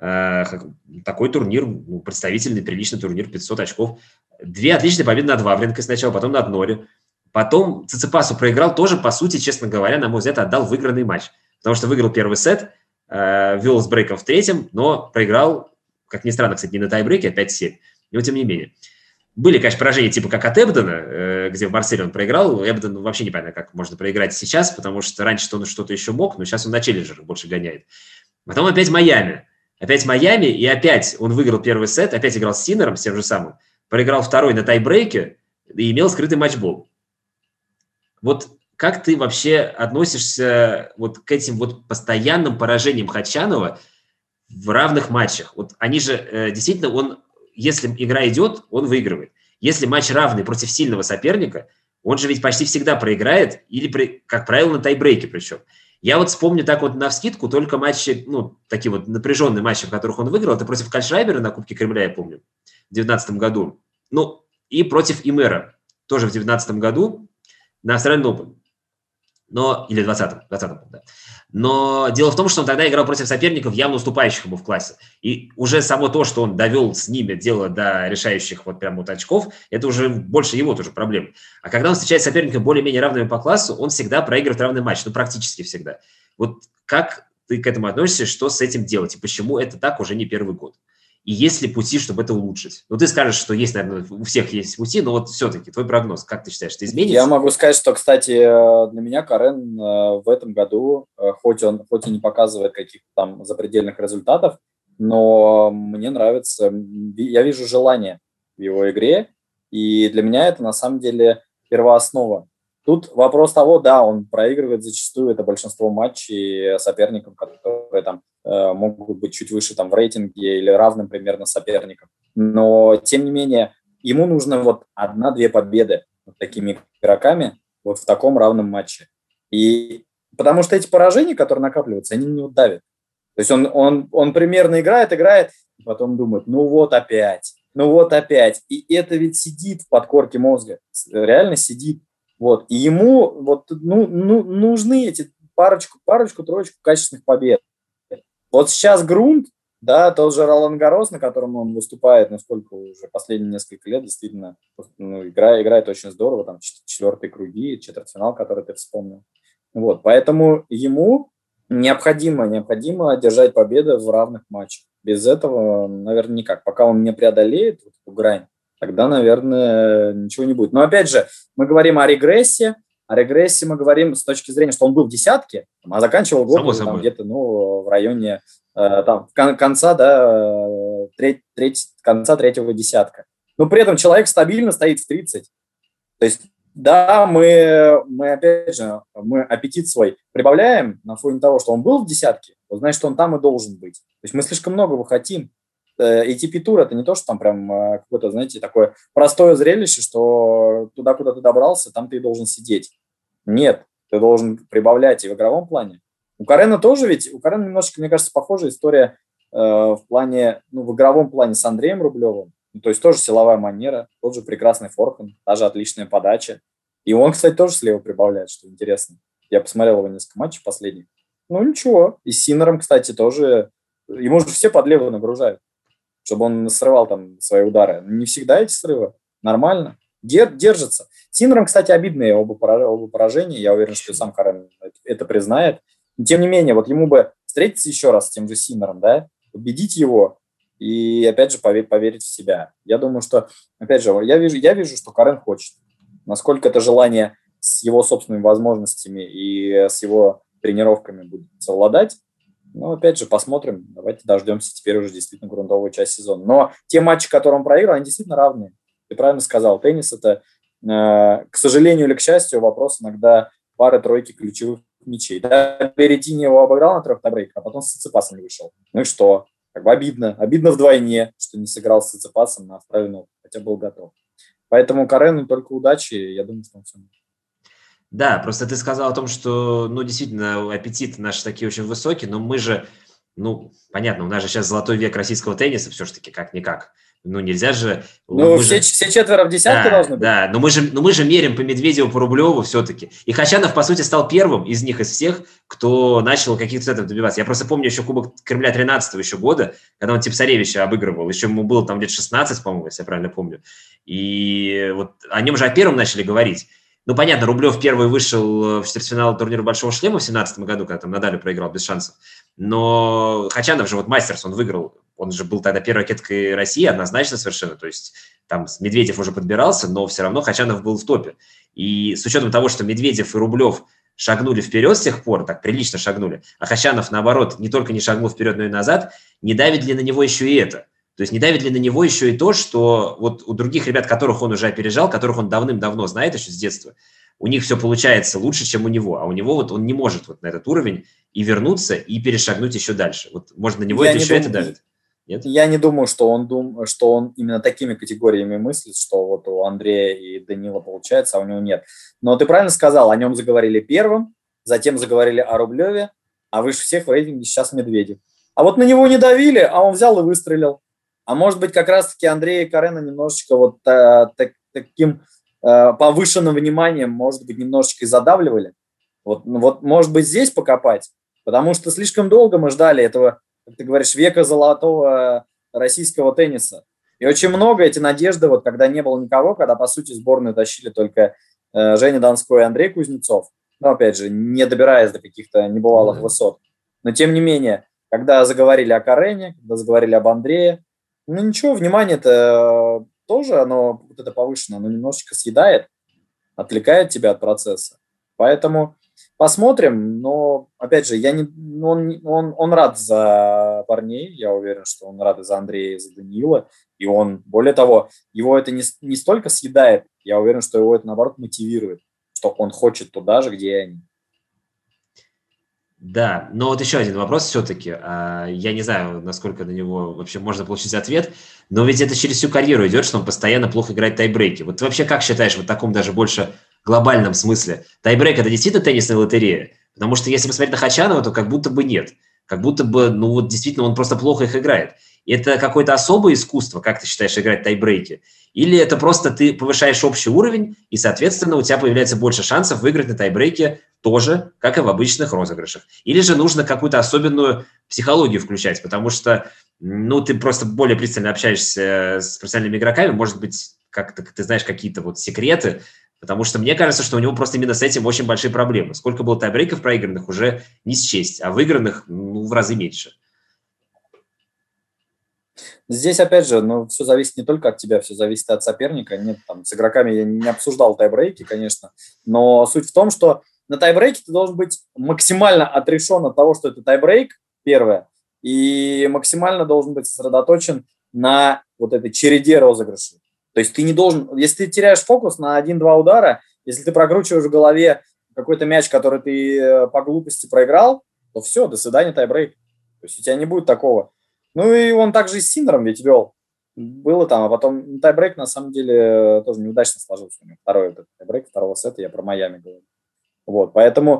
Такой турнир, ну, представительный, приличный турнир, 500 очков. 2 отличные победы над Вавринкой сначала, потом над Нори. Потом Циципасу проиграл тоже, по сути, честно говоря, на мой взгляд, отдал выигранный матч. Потому что выиграл первый сет, вел с брейком в третьем, но проиграл, как ни странно, кстати, не на тайбрейке, а 5-7. Но тем не менее. Были, конечно, поражения типа как от Эбдена, где в Марселе он проиграл. Эбден вообще непонятно, как можно проиграть сейчас, потому что раньше-то он что-то еще мог, но сейчас он на челленджерах больше гоняет. Потом опять Майами. Опять Майами, и опять он выиграл первый сет, опять играл с Синнером, с тем же самым. Проиграл второй на тайбрейке и имел скрытый матчбол. Вот как ты вообще относишься вот к этим вот постоянным поражениям Хачанова в равных матчах? Вот они же действительно, если игра идет, он выигрывает. Если матч равный против сильного соперника, он же ведь почти всегда проиграет, или, как правило, на тайбрейке причем. Я вот вспомню так вот навскидку только матчи, ну, такие вот напряженные матчи, в которых он выиграл. Это против Кальшрайбера на Кубке Кремля, я помню, в 2019 году. Ну, и против Имера, тоже в 2019 году на Australian Open. Или в 2020, да. Но дело в том, что он тогда играл против соперников, явно уступающих ему в классе. И уже само то, что он довел с ними дело до решающих вот прям вот очков, это уже больше его тоже проблем. А когда он встречает соперника более-менее равными по классу, он всегда проигрывает равный матч, ну практически всегда. Вот как ты к этому относишься, что с этим делать и почему это так уже не первый год? И есть ли пути, чтобы это улучшить? Ну, ты скажешь, что есть, наверное, у всех есть пути, но вот все-таки твой прогноз, как ты считаешь, это изменится? Я могу сказать, что, кстати, для меня Карен в этом году, хоть и не показывает каких-то там запредельных результатов, но мне нравится, я вижу желание в его игре, и для меня это на самом деле первооснова. Тут вопрос того, да, он проигрывает зачастую это большинство матчей соперникам, которые там могут быть чуть выше там в рейтинге или равным примерно соперникам. Но, тем не менее, ему нужно вот 1-2 победы вот такими игроками вот в таком равном матче. И потому что эти поражения, которые накапливаются, они на него давят. То есть он примерно играет, и потом думает, ну вот опять. И это ведь сидит в подкорке мозга, реально сидит. Вот. И ему вот, нужны эти парочку, троечку качественных побед. Вот сейчас грунт, Да, тот же Ролан Гаррос, на котором он выступает, насколько уже последние несколько лет, действительно, играет очень здорово, там четвертые круги, четвертьфинал, который ты вспомнил. Вот, поэтому ему необходимо одержать победы в равных матчах. Без этого, наверное, никак. Пока он не преодолеет эту грань, тогда, наверное, ничего не будет. Но опять же, мы говорим о регрессе. О регрессе мы говорим с точки зрения, что он был в десятке, а заканчивал год уже, там, где-то в районе конца, конца третьего десятка. Но при этом человек стабильно стоит в 30. То есть, да, мы опять же, мы аппетит свой прибавляем на фоне того, что он был в десятке, вот значит, он там и должен быть. То есть мы слишком многого хотим. ATP-тур – это не то, что там прям какое-то, знаете, такое простое зрелище, что туда, куда ты добрался, там ты и должен сидеть. Нет, ты должен прибавлять и в игровом плане. У Карена немножечко, мне кажется, похожая история в плане, в игровом плане с Андреем Рублевым. То есть тоже силовая манера, тот же прекрасный форхенд, даже отличная подача. И он, кстати, тоже слева прибавляет, что интересно. Я посмотрел его несколько матчей последних. Ничего. И с Синнером, кстати, тоже. Ему же все под лево нагружают, чтобы он срывал там свои удары. Не всегда эти срывы. Нормально. Держится. Синнером, кстати, обидные оба поражения. Я уверен, что сам Карен это признает. Но, тем не менее, вот ему бы встретиться еще раз с тем же Синнером, да, победить его и, опять же, поверить в себя. Я думаю, что, опять же, я вижу, что Карен хочет. Насколько это желание с его собственными возможностями и с его тренировками будет совладать, опять же, посмотрим. Давайте дождемся теперь уже действительно грунтовую часть сезона. Но те матчи, которые он проиграл, они действительно равные. Ты правильно сказал, теннис – это, к сожалению или к счастью, вопрос иногда пары-тройки ключевых мячей. Да, Береттини его обыграл на 3 тайбрейках, а потом с Циципасом не вышел. Ну и что? Как бы обидно. Обидно вдвойне, что не сыграл с Циципасом на Австралию, хотя был готов. Поэтому Карену только удачи, я думаю, что он все может. Да, просто ты сказал о том, что, действительно, аппетит наш такие очень высокий, но мы же, понятно, у нас же сейчас золотой век российского тенниса все-таки как-никак. Нельзя же... все четверо в десятке должны быть. Да, но мы же меряем по Медведеву, по Рублеву все-таки. И Хачанов, по сути, стал первым из них, из всех, кто начал каких-то цветов добиваться. Я просто помню еще Кубок Кремля 13-го еще года, когда он Типсаревича обыгрывал. Еще ему было там лет 16, по-моему, если я правильно помню. И вот о нем же о первом начали говорить. Понятно, Рублев первый вышел в четвертьфинал турнира «Большого шлема» в 2017 году, когда там Надаль проиграл без шансов. Но Хачанов же, Мастерс, он выиграл. Он же был тогда первой ракеткой России, однозначно совершенно. То есть там Медведев уже подбирался, но все равно Хачанов был в топе. И с учетом того, что Медведев и Рублев шагнули вперед с тех пор, так прилично шагнули, а Хачанов, наоборот, не только не шагнул вперед, но и назад, не давит ли на него еще и это? То есть не давит ли на него еще и то, что вот у других ребят, которых он уже опережал, которых он давным-давно знает еще с детства, у них все получается лучше, чем у него, а у него вот он не может вот на этот уровень и вернуться, и перешагнуть еще дальше. Вот может на него это давит? Нет? Я не думаю, что он именно такими категориями мыслит, что вот у Андрея и Данила получается, а у него нет. Но ты правильно сказал, о нем заговорили первым, затем заговорили о Рублеве, а выше всех в рейтинге сейчас Медведев. А вот на него не давили, а он взял и выстрелил. А может быть, как раз-таки Андрея и Карена немножечко вот таким повышенным вниманием, может быть, немножечко и задавливали. Вот, может быть, здесь покопать, потому что слишком долго мы ждали этого, как ты говоришь, века золотого российского тенниса. И очень много эти надежды, вот когда не было никого, когда, по сути, сборную тащили только Женя Донской и Андрей Кузнецов, опять же, не добираясь до каких-то небывалых высот. Но, тем не менее, когда заговорили о Карене, когда заговорили об Андрее, ничего, внимание-то тоже, оно вот это повышенное, оно немножечко съедает, отвлекает тебя от процесса. Поэтому посмотрим, но, опять же, он рад за парней, я уверен, что он рад и за Андрея, и за Даниила, и он, более того, его это не столько съедает, я уверен, что его это, наоборот, мотивирует, что он хочет туда же, где и они. Да, но вот еще один вопрос все-таки. Я не знаю, насколько на него вообще можно получить ответ, но ведь это через всю карьеру идет, что он постоянно плохо играет тайбрейки. Вот ты вообще как считаешь, вот в таком даже больше глобальном смысле, тайбрейк – это действительно теннисная лотерея? Потому что если посмотреть на Хачанова, то как будто бы нет. Как будто бы, действительно он просто плохо их играет. Это какое-то особое искусство, как ты считаешь, играть тайбрейки? Или это просто ты повышаешь общий уровень, и, соответственно, у тебя появляется больше шансов выиграть на тайбрейке тоже, как и в обычных розыгрышах? Или же нужно какую-то особенную психологию включать? Потому что ну, ты просто более пристально общаешься с профессиональными игроками, может быть, как-то ты знаешь какие-то вот секреты, потому что мне кажется, что у него просто именно с этим очень большие проблемы. Сколько было тайбрейков проигранных, уже не счесть, а выигранных, ну, в разы меньше. Здесь, опять же, ну, все зависит не только от тебя, все зависит от соперника. Нет, там, с игроками я не обсуждал тайбрейки, конечно, но суть в том, что на тайбрейке ты должен быть максимально отрешен от того, что это тайбрейк, первое, и максимально должен быть сосредоточен на вот этой череде розыгрышей. То есть ты не должен, если ты теряешь фокус на 1-2 удара, если ты прокручиваешь в голове какой-то мяч, который ты по глупости проиграл, то все, до свидания, тайбрейк. То есть у тебя не будет такого. Ну и он также и с Синдером ведь вел. Было там, а потом тайбрейк на самом деле тоже неудачно сложился. У него второй этот тайбрейк второго сета, я про Майами говорю. Вот, поэтому,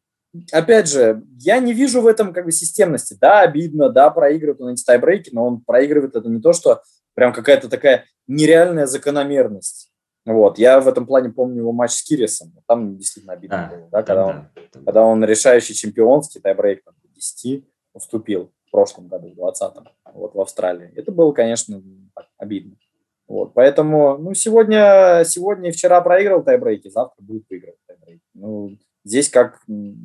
опять же, я не вижу в этом как бы системности. Да, обидно, да, проигрывает он эти тайбрейки, но он проигрывает это не то, что прям какая-то такая нереальная закономерность. Вот, я в этом плане помню его матч с Кирисом. Там действительно обидно было, да, когда он решающий чемпионский тайбрейк там, 10 уступил в прошлом году, в 2020, вот в Австралии. Это было, конечно, так, обидно. Вот, поэтому, ну, сегодня и вчера проиграл тайбрейки, завтра будет выигрывать тайбрейки. Ну, здесь как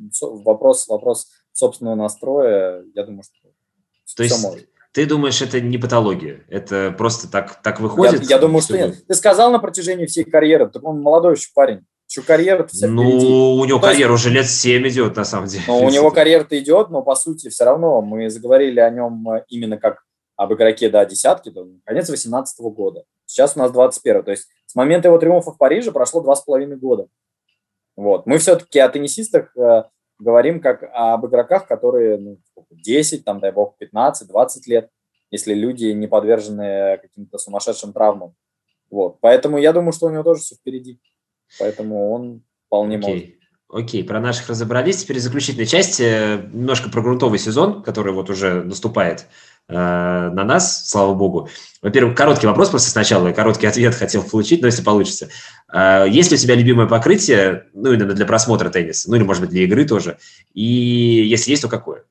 вопрос собственного настроя, я думаю, что То все есть может. ты думаешь, это не патология? Это просто так выходит? Я думаю, что нет. Ты сказал на протяжении всей карьеры, так он молодой еще парень. Еще карьера вся впереди. Ну, у него карьера уже лет 7 идет, на самом деле. Ну, у него карьера-то идет, но, по сути, все равно мы заговорили о нем именно как об игроке, да, десятки, то конец 2018 года. Сейчас у нас 21. То есть с момента его триумфа в Париже прошло 2,5 года. Вот. Мы все-таки о теннисистах говорим как об игроках, которые 10, там, дай бог, 15, 20 лет, если люди не подвержены каким-то сумасшедшим травмам. Вот. Поэтому я думаю, что у него тоже все впереди. Поэтому он вполне может. Окей, про наших разобрались. Теперь заключительная часть, немножко про грунтовый сезон, который вот уже наступает на нас, слава богу. Во-первых, короткий вопрос просто сначала, и короткий ответ хотел получить, но если получится. Есть ли у тебя любимое покрытие, ну, именно для просмотра тенниса, ну, или, может быть, для игры тоже, и если есть, то какое?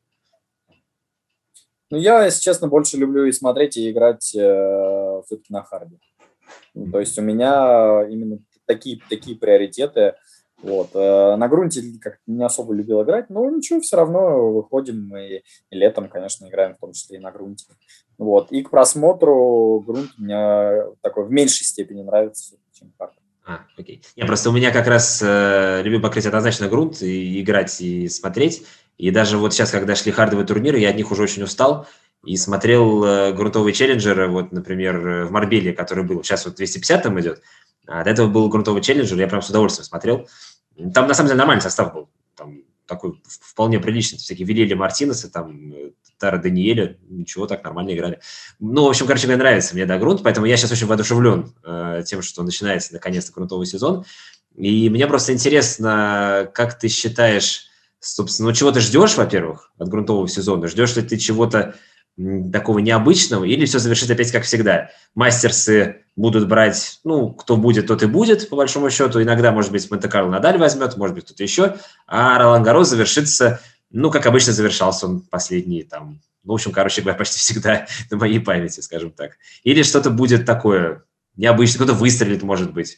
Ну, я, если честно, больше люблю и смотреть, и играть все-таки на харде. То есть у меня именно такие приоритеты. Вот. На грунте как не особо любил играть, но ничего, все равно выходим и летом, конечно, играем в том числе и на грунте. Вот. И к просмотру грунт мне такой в меньшей степени нравится, чем хард. Окей. Просто у меня как раз люблю покрыть однозначно грунт, и играть, и смотреть. И даже вот сейчас, когда шли хардовые турниры, я от них уже очень устал. И смотрел грунтовые челленджеры, вот, например, в Марбелье, который был, сейчас вот 250 там идет, а до этого был грунтовый челленджер, я прям с удовольствием смотрел. Там, на самом деле, нормальный состав был, там такой вполне приличный, всякие Вилели Мартинесы, там, Тара Даниэля, ничего, так нормально играли. Ну, в общем, короче, мне нравится мне, да, грунт, поэтому я сейчас очень воодушевлен тем, что начинается, наконец-то, грунтовый сезон. И мне просто интересно, как ты считаешь, собственно, ну, чего ты ждешь, во-первых, от грунтового сезона? Ждешь ли ты чего-то такого необычного, или все завершится опять как всегда? Мастерсы будут брать, ну, кто будет, тот и будет, по большому счету. Иногда, может быть, Монте-Карло Надаль возьмет, может быть, кто-то еще. А Ролан-Гаррос завершится, ну, как обычно завершался он последние, там, ну, в общем, короче говоря, почти всегда на моей памяти, скажем так. Или что-то будет такое необычное, кто-то выстрелит, может быть.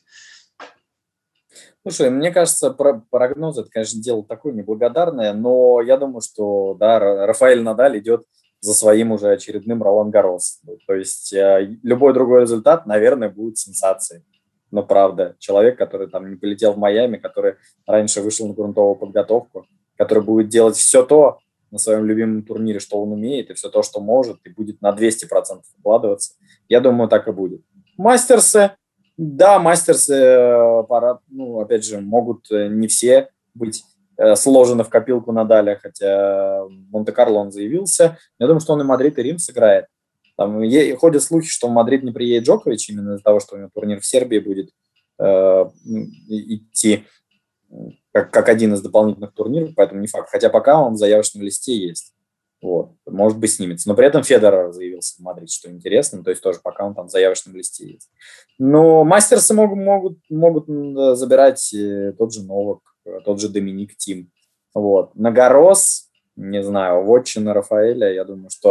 Слушай, мне кажется, прогноз – это, конечно, дело такое неблагодарное, но я думаю, что, да, Рафаэль Надаль идет за своим уже очередным Ролан-Гаррос. То есть любой другой результат, наверное, будет сенсацией. Но правда, человек, который там не полетел в Майами, который раньше вышел на грунтовую подготовку, который будет делать все то на своем любимом турнире, что он умеет, и все то, что может, и будет на 200% вкладываться, я думаю, так и будет. Мастерсы, да, мастерсы, ну, опять же, могут не все быть сложены в копилку Надаля, хотя Монте-Карло он заявился. Я думаю, что он и Мадрид, и Рим сыграет. Там ходят слухи, что в Мадрид не приедет Джокович именно из-за того, что у него турнир в Сербии будет идти как один из дополнительных турниров, поэтому не факт. Хотя пока он в заявочном листе есть. Вот. Может быть, снимется. Но при этом Федерер заявился в Мадрид, что интересно. То есть тоже пока он там в заявочном листе есть. Но мастерсы могут забирать тот же Новак, тот же Доминик Тим. Вот. На Гаррос, не знаю, вотчина Рафаэля, я думаю, что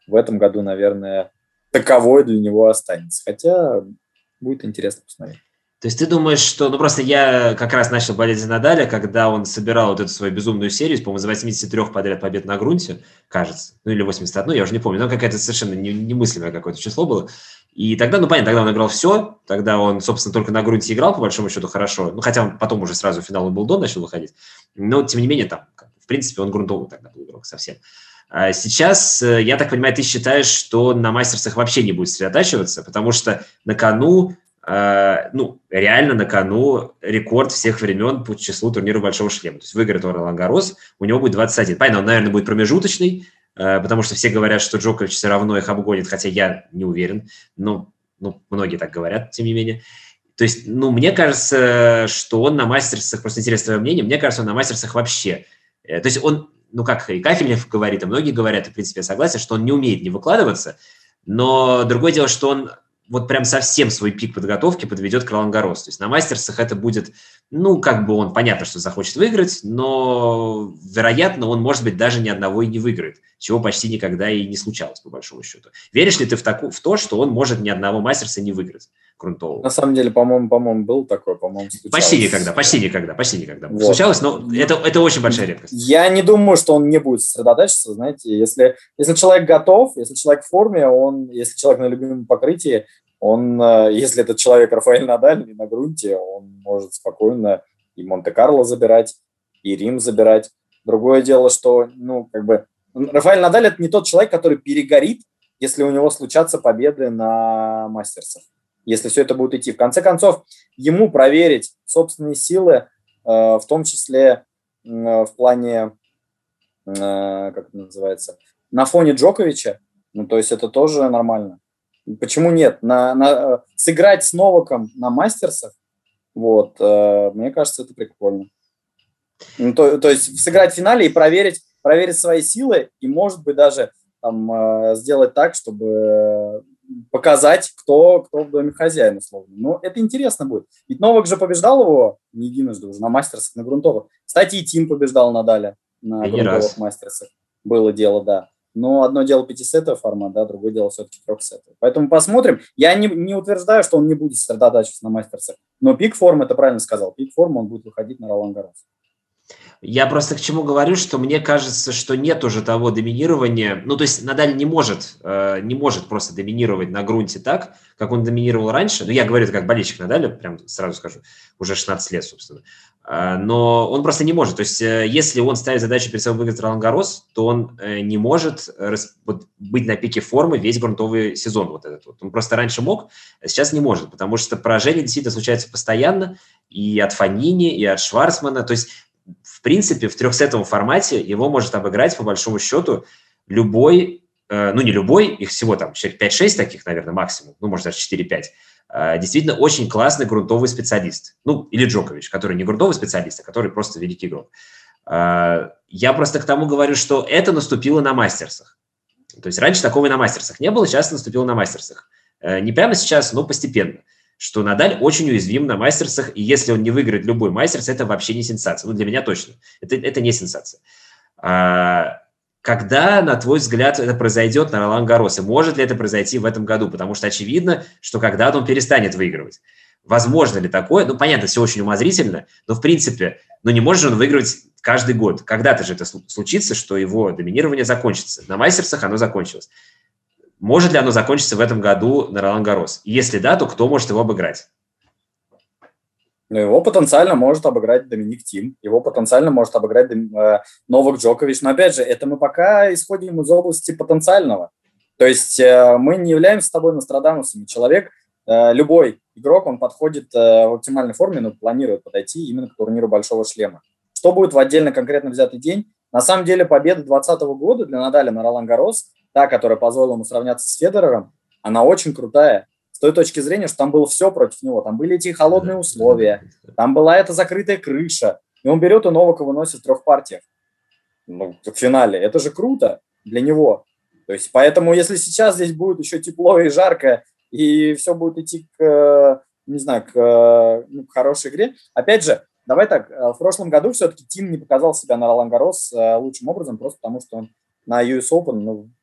в этом году, наверное, таковой для него останется. Хотя будет интересно посмотреть. То есть ты думаешь, что... Ну, просто я как раз начал болеть за Надаля, когда он собирал вот эту свою безумную серию, по-моему, из 83 подряд побед на грунте, кажется, ну или 81, я уже не помню, но какая-то совершенно немыслимое какое-то число было. И тогда, ну, понятно, тогда он играл все, тогда он, собственно, только на грунте играл, по большому счету, хорошо, ну, хотя он потом уже сразу в финал Уимблдона начал выходить, но, тем не менее, там, в принципе, он грунтовый тогда был игрок совсем. А сейчас, я так понимаю, ты считаешь, что на мастерсах вообще не будет сосредотачиваться, потому что на кону, ну, реально на кону рекорд всех времен по числу турниров Большого Шлема. То есть выиграет Ролан Гаррос, у него будет 21. Понятно, он, наверное, будет промежуточный, потому что все говорят, что Джокович все равно их обгонит, хотя я не уверен, но многие так говорят, тем не менее. То есть, ну, мне кажется, что он на мастерсах, просто интересно твое мнение, мне кажется, он на мастерсах вообще. То есть он, ну, как и Кафельнев говорит, и многие говорят, и, в принципе, я согласен, что он не умеет не выкладываться, но другое дело, что он вот прям совсем свой пик подготовки подведет к Ролан Гаррос. То есть на мастерсах это будет, ну, как бы он, понятно, что захочет выиграть, но, вероятно, он, может быть, даже ни одного и не выиграет, чего почти никогда и не случалось, по большому счету. Веришь ли ты в то, что он может ни одного мастерса не выиграть грунтового? На самом деле, по-моему, был такой, по-моему, случалось. Почти никогда. Вот. Случалось, но это очень большая редкость. Я не думаю, что он не будет сосредотачиваться, знаете, если человек готов, если человек в форме, если человек на любимом покрытии, если этот человек Рафаэль Надаль на грунте, он может спокойно и Монте-Карло забирать, и Рим забирать. Другое дело, что, ну, как бы, Рафаэль Надаль – это не тот человек, который перегорит, если у него случатся победы на мастерсах. Если все это будет идти. В конце концов, ему проверить собственные силы, в том числе в плане, как это называется, на фоне Джоковича, ну, то есть это тоже нормально. Почему нет? Сыграть с Новаком на мастерсах, вот, мне кажется, это прикольно. Ну, то есть сыграть в финале и проверить свои силы, и, может быть, даже там, сделать так, чтобы показать, кто в доме хозяин, условно. Но это интересно будет. Ведь Новак же побеждал его не единожды уже на мастерсах, на грунтовых. Кстати, и Тим побеждал Надаля на грунтовых мастерсах. Было дело, да. Но одно дело 5-сетовый формат, да, другое дело все-таки 3-сетовый. Поэтому посмотрим. Я не утверждаю, что он не будет сосредотачиваться на мастерсах. Но пик формы, это правильно сказал, пик формы он будет выходить на Ролан Гаррос. Я просто к чему говорю, что мне кажется, что нет уже того доминирования. Ну, то есть Надаль не может просто доминировать на грунте так, как он доминировал раньше. Ну, я говорю это как болельщик Надаля, прям сразу скажу, уже 16 лет, собственно. Но он просто не может. То есть если он ставит задачу перед собой выиграть Ролан Гаррос, то он не может быть на пике формы весь грунтовый сезон вот этот вот. Он просто раньше мог, а сейчас не может, потому что поражения действительно случаются постоянно и от Фонини, и от Шварцмана. То есть в принципе, в 3-сетовом формате его может обыграть, по большому счету, любой, ну, не любой, их всего там 5-6 таких, наверное, максимум, ну, может, даже 4-5, действительно очень классный грунтовый специалист. Ну, или Джокович, который не грунтовый специалист, а который просто великий игрок. Я просто к тому говорю, что это наступило на мастерсах. То есть раньше такого и на мастерсах не было, сейчас наступило на мастерсах. Не прямо сейчас, но постепенно. Что Надаль очень уязвим на мастерсах, и если он не выиграет любой мастерс, это вообще не сенсация. Ну, для меня точно. Это не сенсация. Когда, на твой взгляд, это произойдет на Ролан Гарросе? Может ли это произойти в этом году? Потому что очевидно, что когда-то он перестанет выигрывать. Возможно ли такое? Ну, понятно, все очень умозрительно, но, в принципе, ну, не может же он выигрывать каждый год. Когда-то же это случится, что его доминирование закончится. На мастерсах оно закончилось. Может ли оно закончиться в этом году на Ролан Гаррос? Если да, то кто может его обыграть? Ну, его потенциально может обыграть Доминик Тим, его потенциально может обыграть Новак Джокович. Но, опять же, это мы пока исходим из области потенциального. То есть мы не являемся с тобой Нострадамусами. Человек, любой игрок, он подходит в оптимальной форме, но планирует подойти именно к турниру Большого Шлема. Что будет в отдельно конкретно взятый день? На самом деле победа 2020 года для Надаля на Ролан Гаррос, та, которая позволила ему сравняться с Федерером, она очень крутая. С той точки зрения, что там было все против него. Там были эти холодные условия, там была эта закрытая крыша. И он берет и Новака выносит в 3 партиях. Ну, в финале. Это же круто для него. То есть, поэтому, если сейчас здесь будет еще тепло и жарко, и все будет идти к хорошей игре. Опять же, давай так, в прошлом году все-таки Тим не показал себя на Ролан Гаррос лучшим образом, просто потому что он на US Open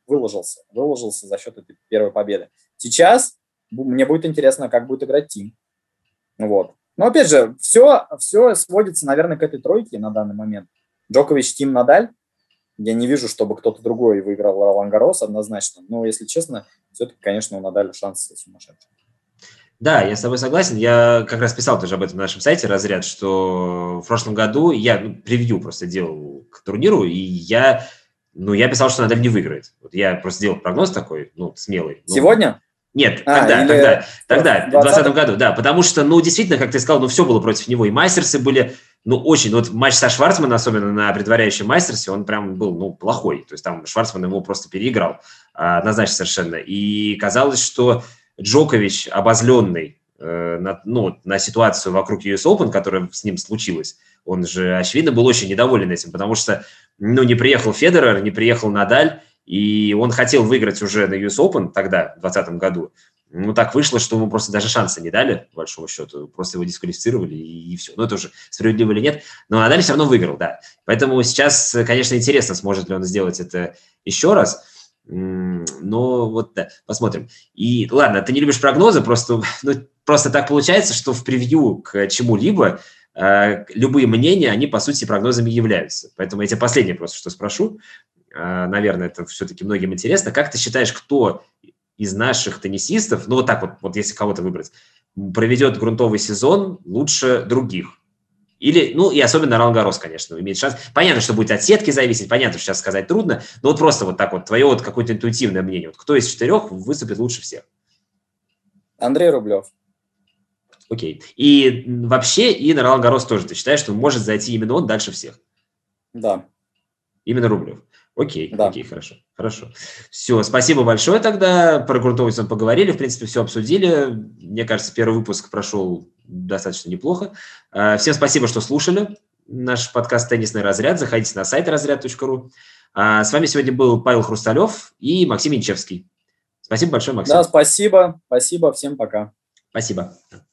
выложился за счет этой первой победы. Сейчас мне будет интересно, как будет играть Тим. Вот. Но опять же, все сводится, наверное, к этой тройке на данный момент. Джокович, Тим, Надаль. Я не вижу, чтобы кто-то другой выиграл Ролан-Гаррос однозначно. Но, если честно, все-таки, конечно, у Надаля шансы сумасшедшие. Да, я с тобой согласен. Я как раз писал тоже об этом на нашем сайте «Разряд», что в прошлом году я превью просто делал к турниру, и я писал, что Надаль не выиграет. Вот я просто сделал прогноз такой, смелый. Сегодня? Нет, тогда, в 2020 году, да, потому что, действительно, как ты сказал, все было против него, и мастерсы были, очень, вот матч со Шварцманом, особенно на предваряющем мастерсе, он прям был, плохой, то есть там Шварцман его просто переиграл, однозначно совершенно, и казалось, что Джокович, обозленный на ситуацию вокруг US Open, которая с ним случилась, он же, очевидно, был очень недоволен этим, потому что, не приехал Федерер, не приехал Надаль, и он хотел выиграть уже на US Open тогда, в 2020 году. Так вышло, что ему просто даже шанса не дали, по большому счету. Просто его дисквалифицировали, и все. Это уже справедливо или нет. Но Надаль все равно выиграл, да. Поэтому сейчас, конечно, интересно, сможет ли он сделать это еще раз. Но да, посмотрим. И ладно, ты не любишь прогнозы, просто так получается, что в превью к чему-либо любые мнения, они, по сути, прогнозами являются. Поэтому я тебя последнее просто что спрошу. Наверное, это все-таки многим интересно. Как ты считаешь, кто из наших теннисистов, вот если кого-то выбрать, проведет грунтовый сезон лучше других? Или, и особенно Ролан-Гаррос, конечно, имеет шанс. Понятно, что будет от сетки зависеть, понятно, что сейчас сказать трудно, но просто твое какое-то интуитивное мнение. Кто из 4 выступит лучше всех? Андрей Рублев. Окей. И вообще, и на Ролан-Гаррос тоже ты считаешь, что может зайти именно он дальше всех? Да. Именно Рублев. Окей, да. Окей, хорошо. Все, спасибо большое тогда. Про грунтовый сезон поговорили, в принципе, все обсудили. Мне кажется, первый выпуск прошел достаточно неплохо. Всем спасибо, что слушали наш подкаст «Теннисный разряд». Заходите на сайт разряд.ру. С вами сегодня был Павел Хрусталев и Максим Янчевский. Спасибо большое, Максим. Да, спасибо. Всем пока. Спасибо.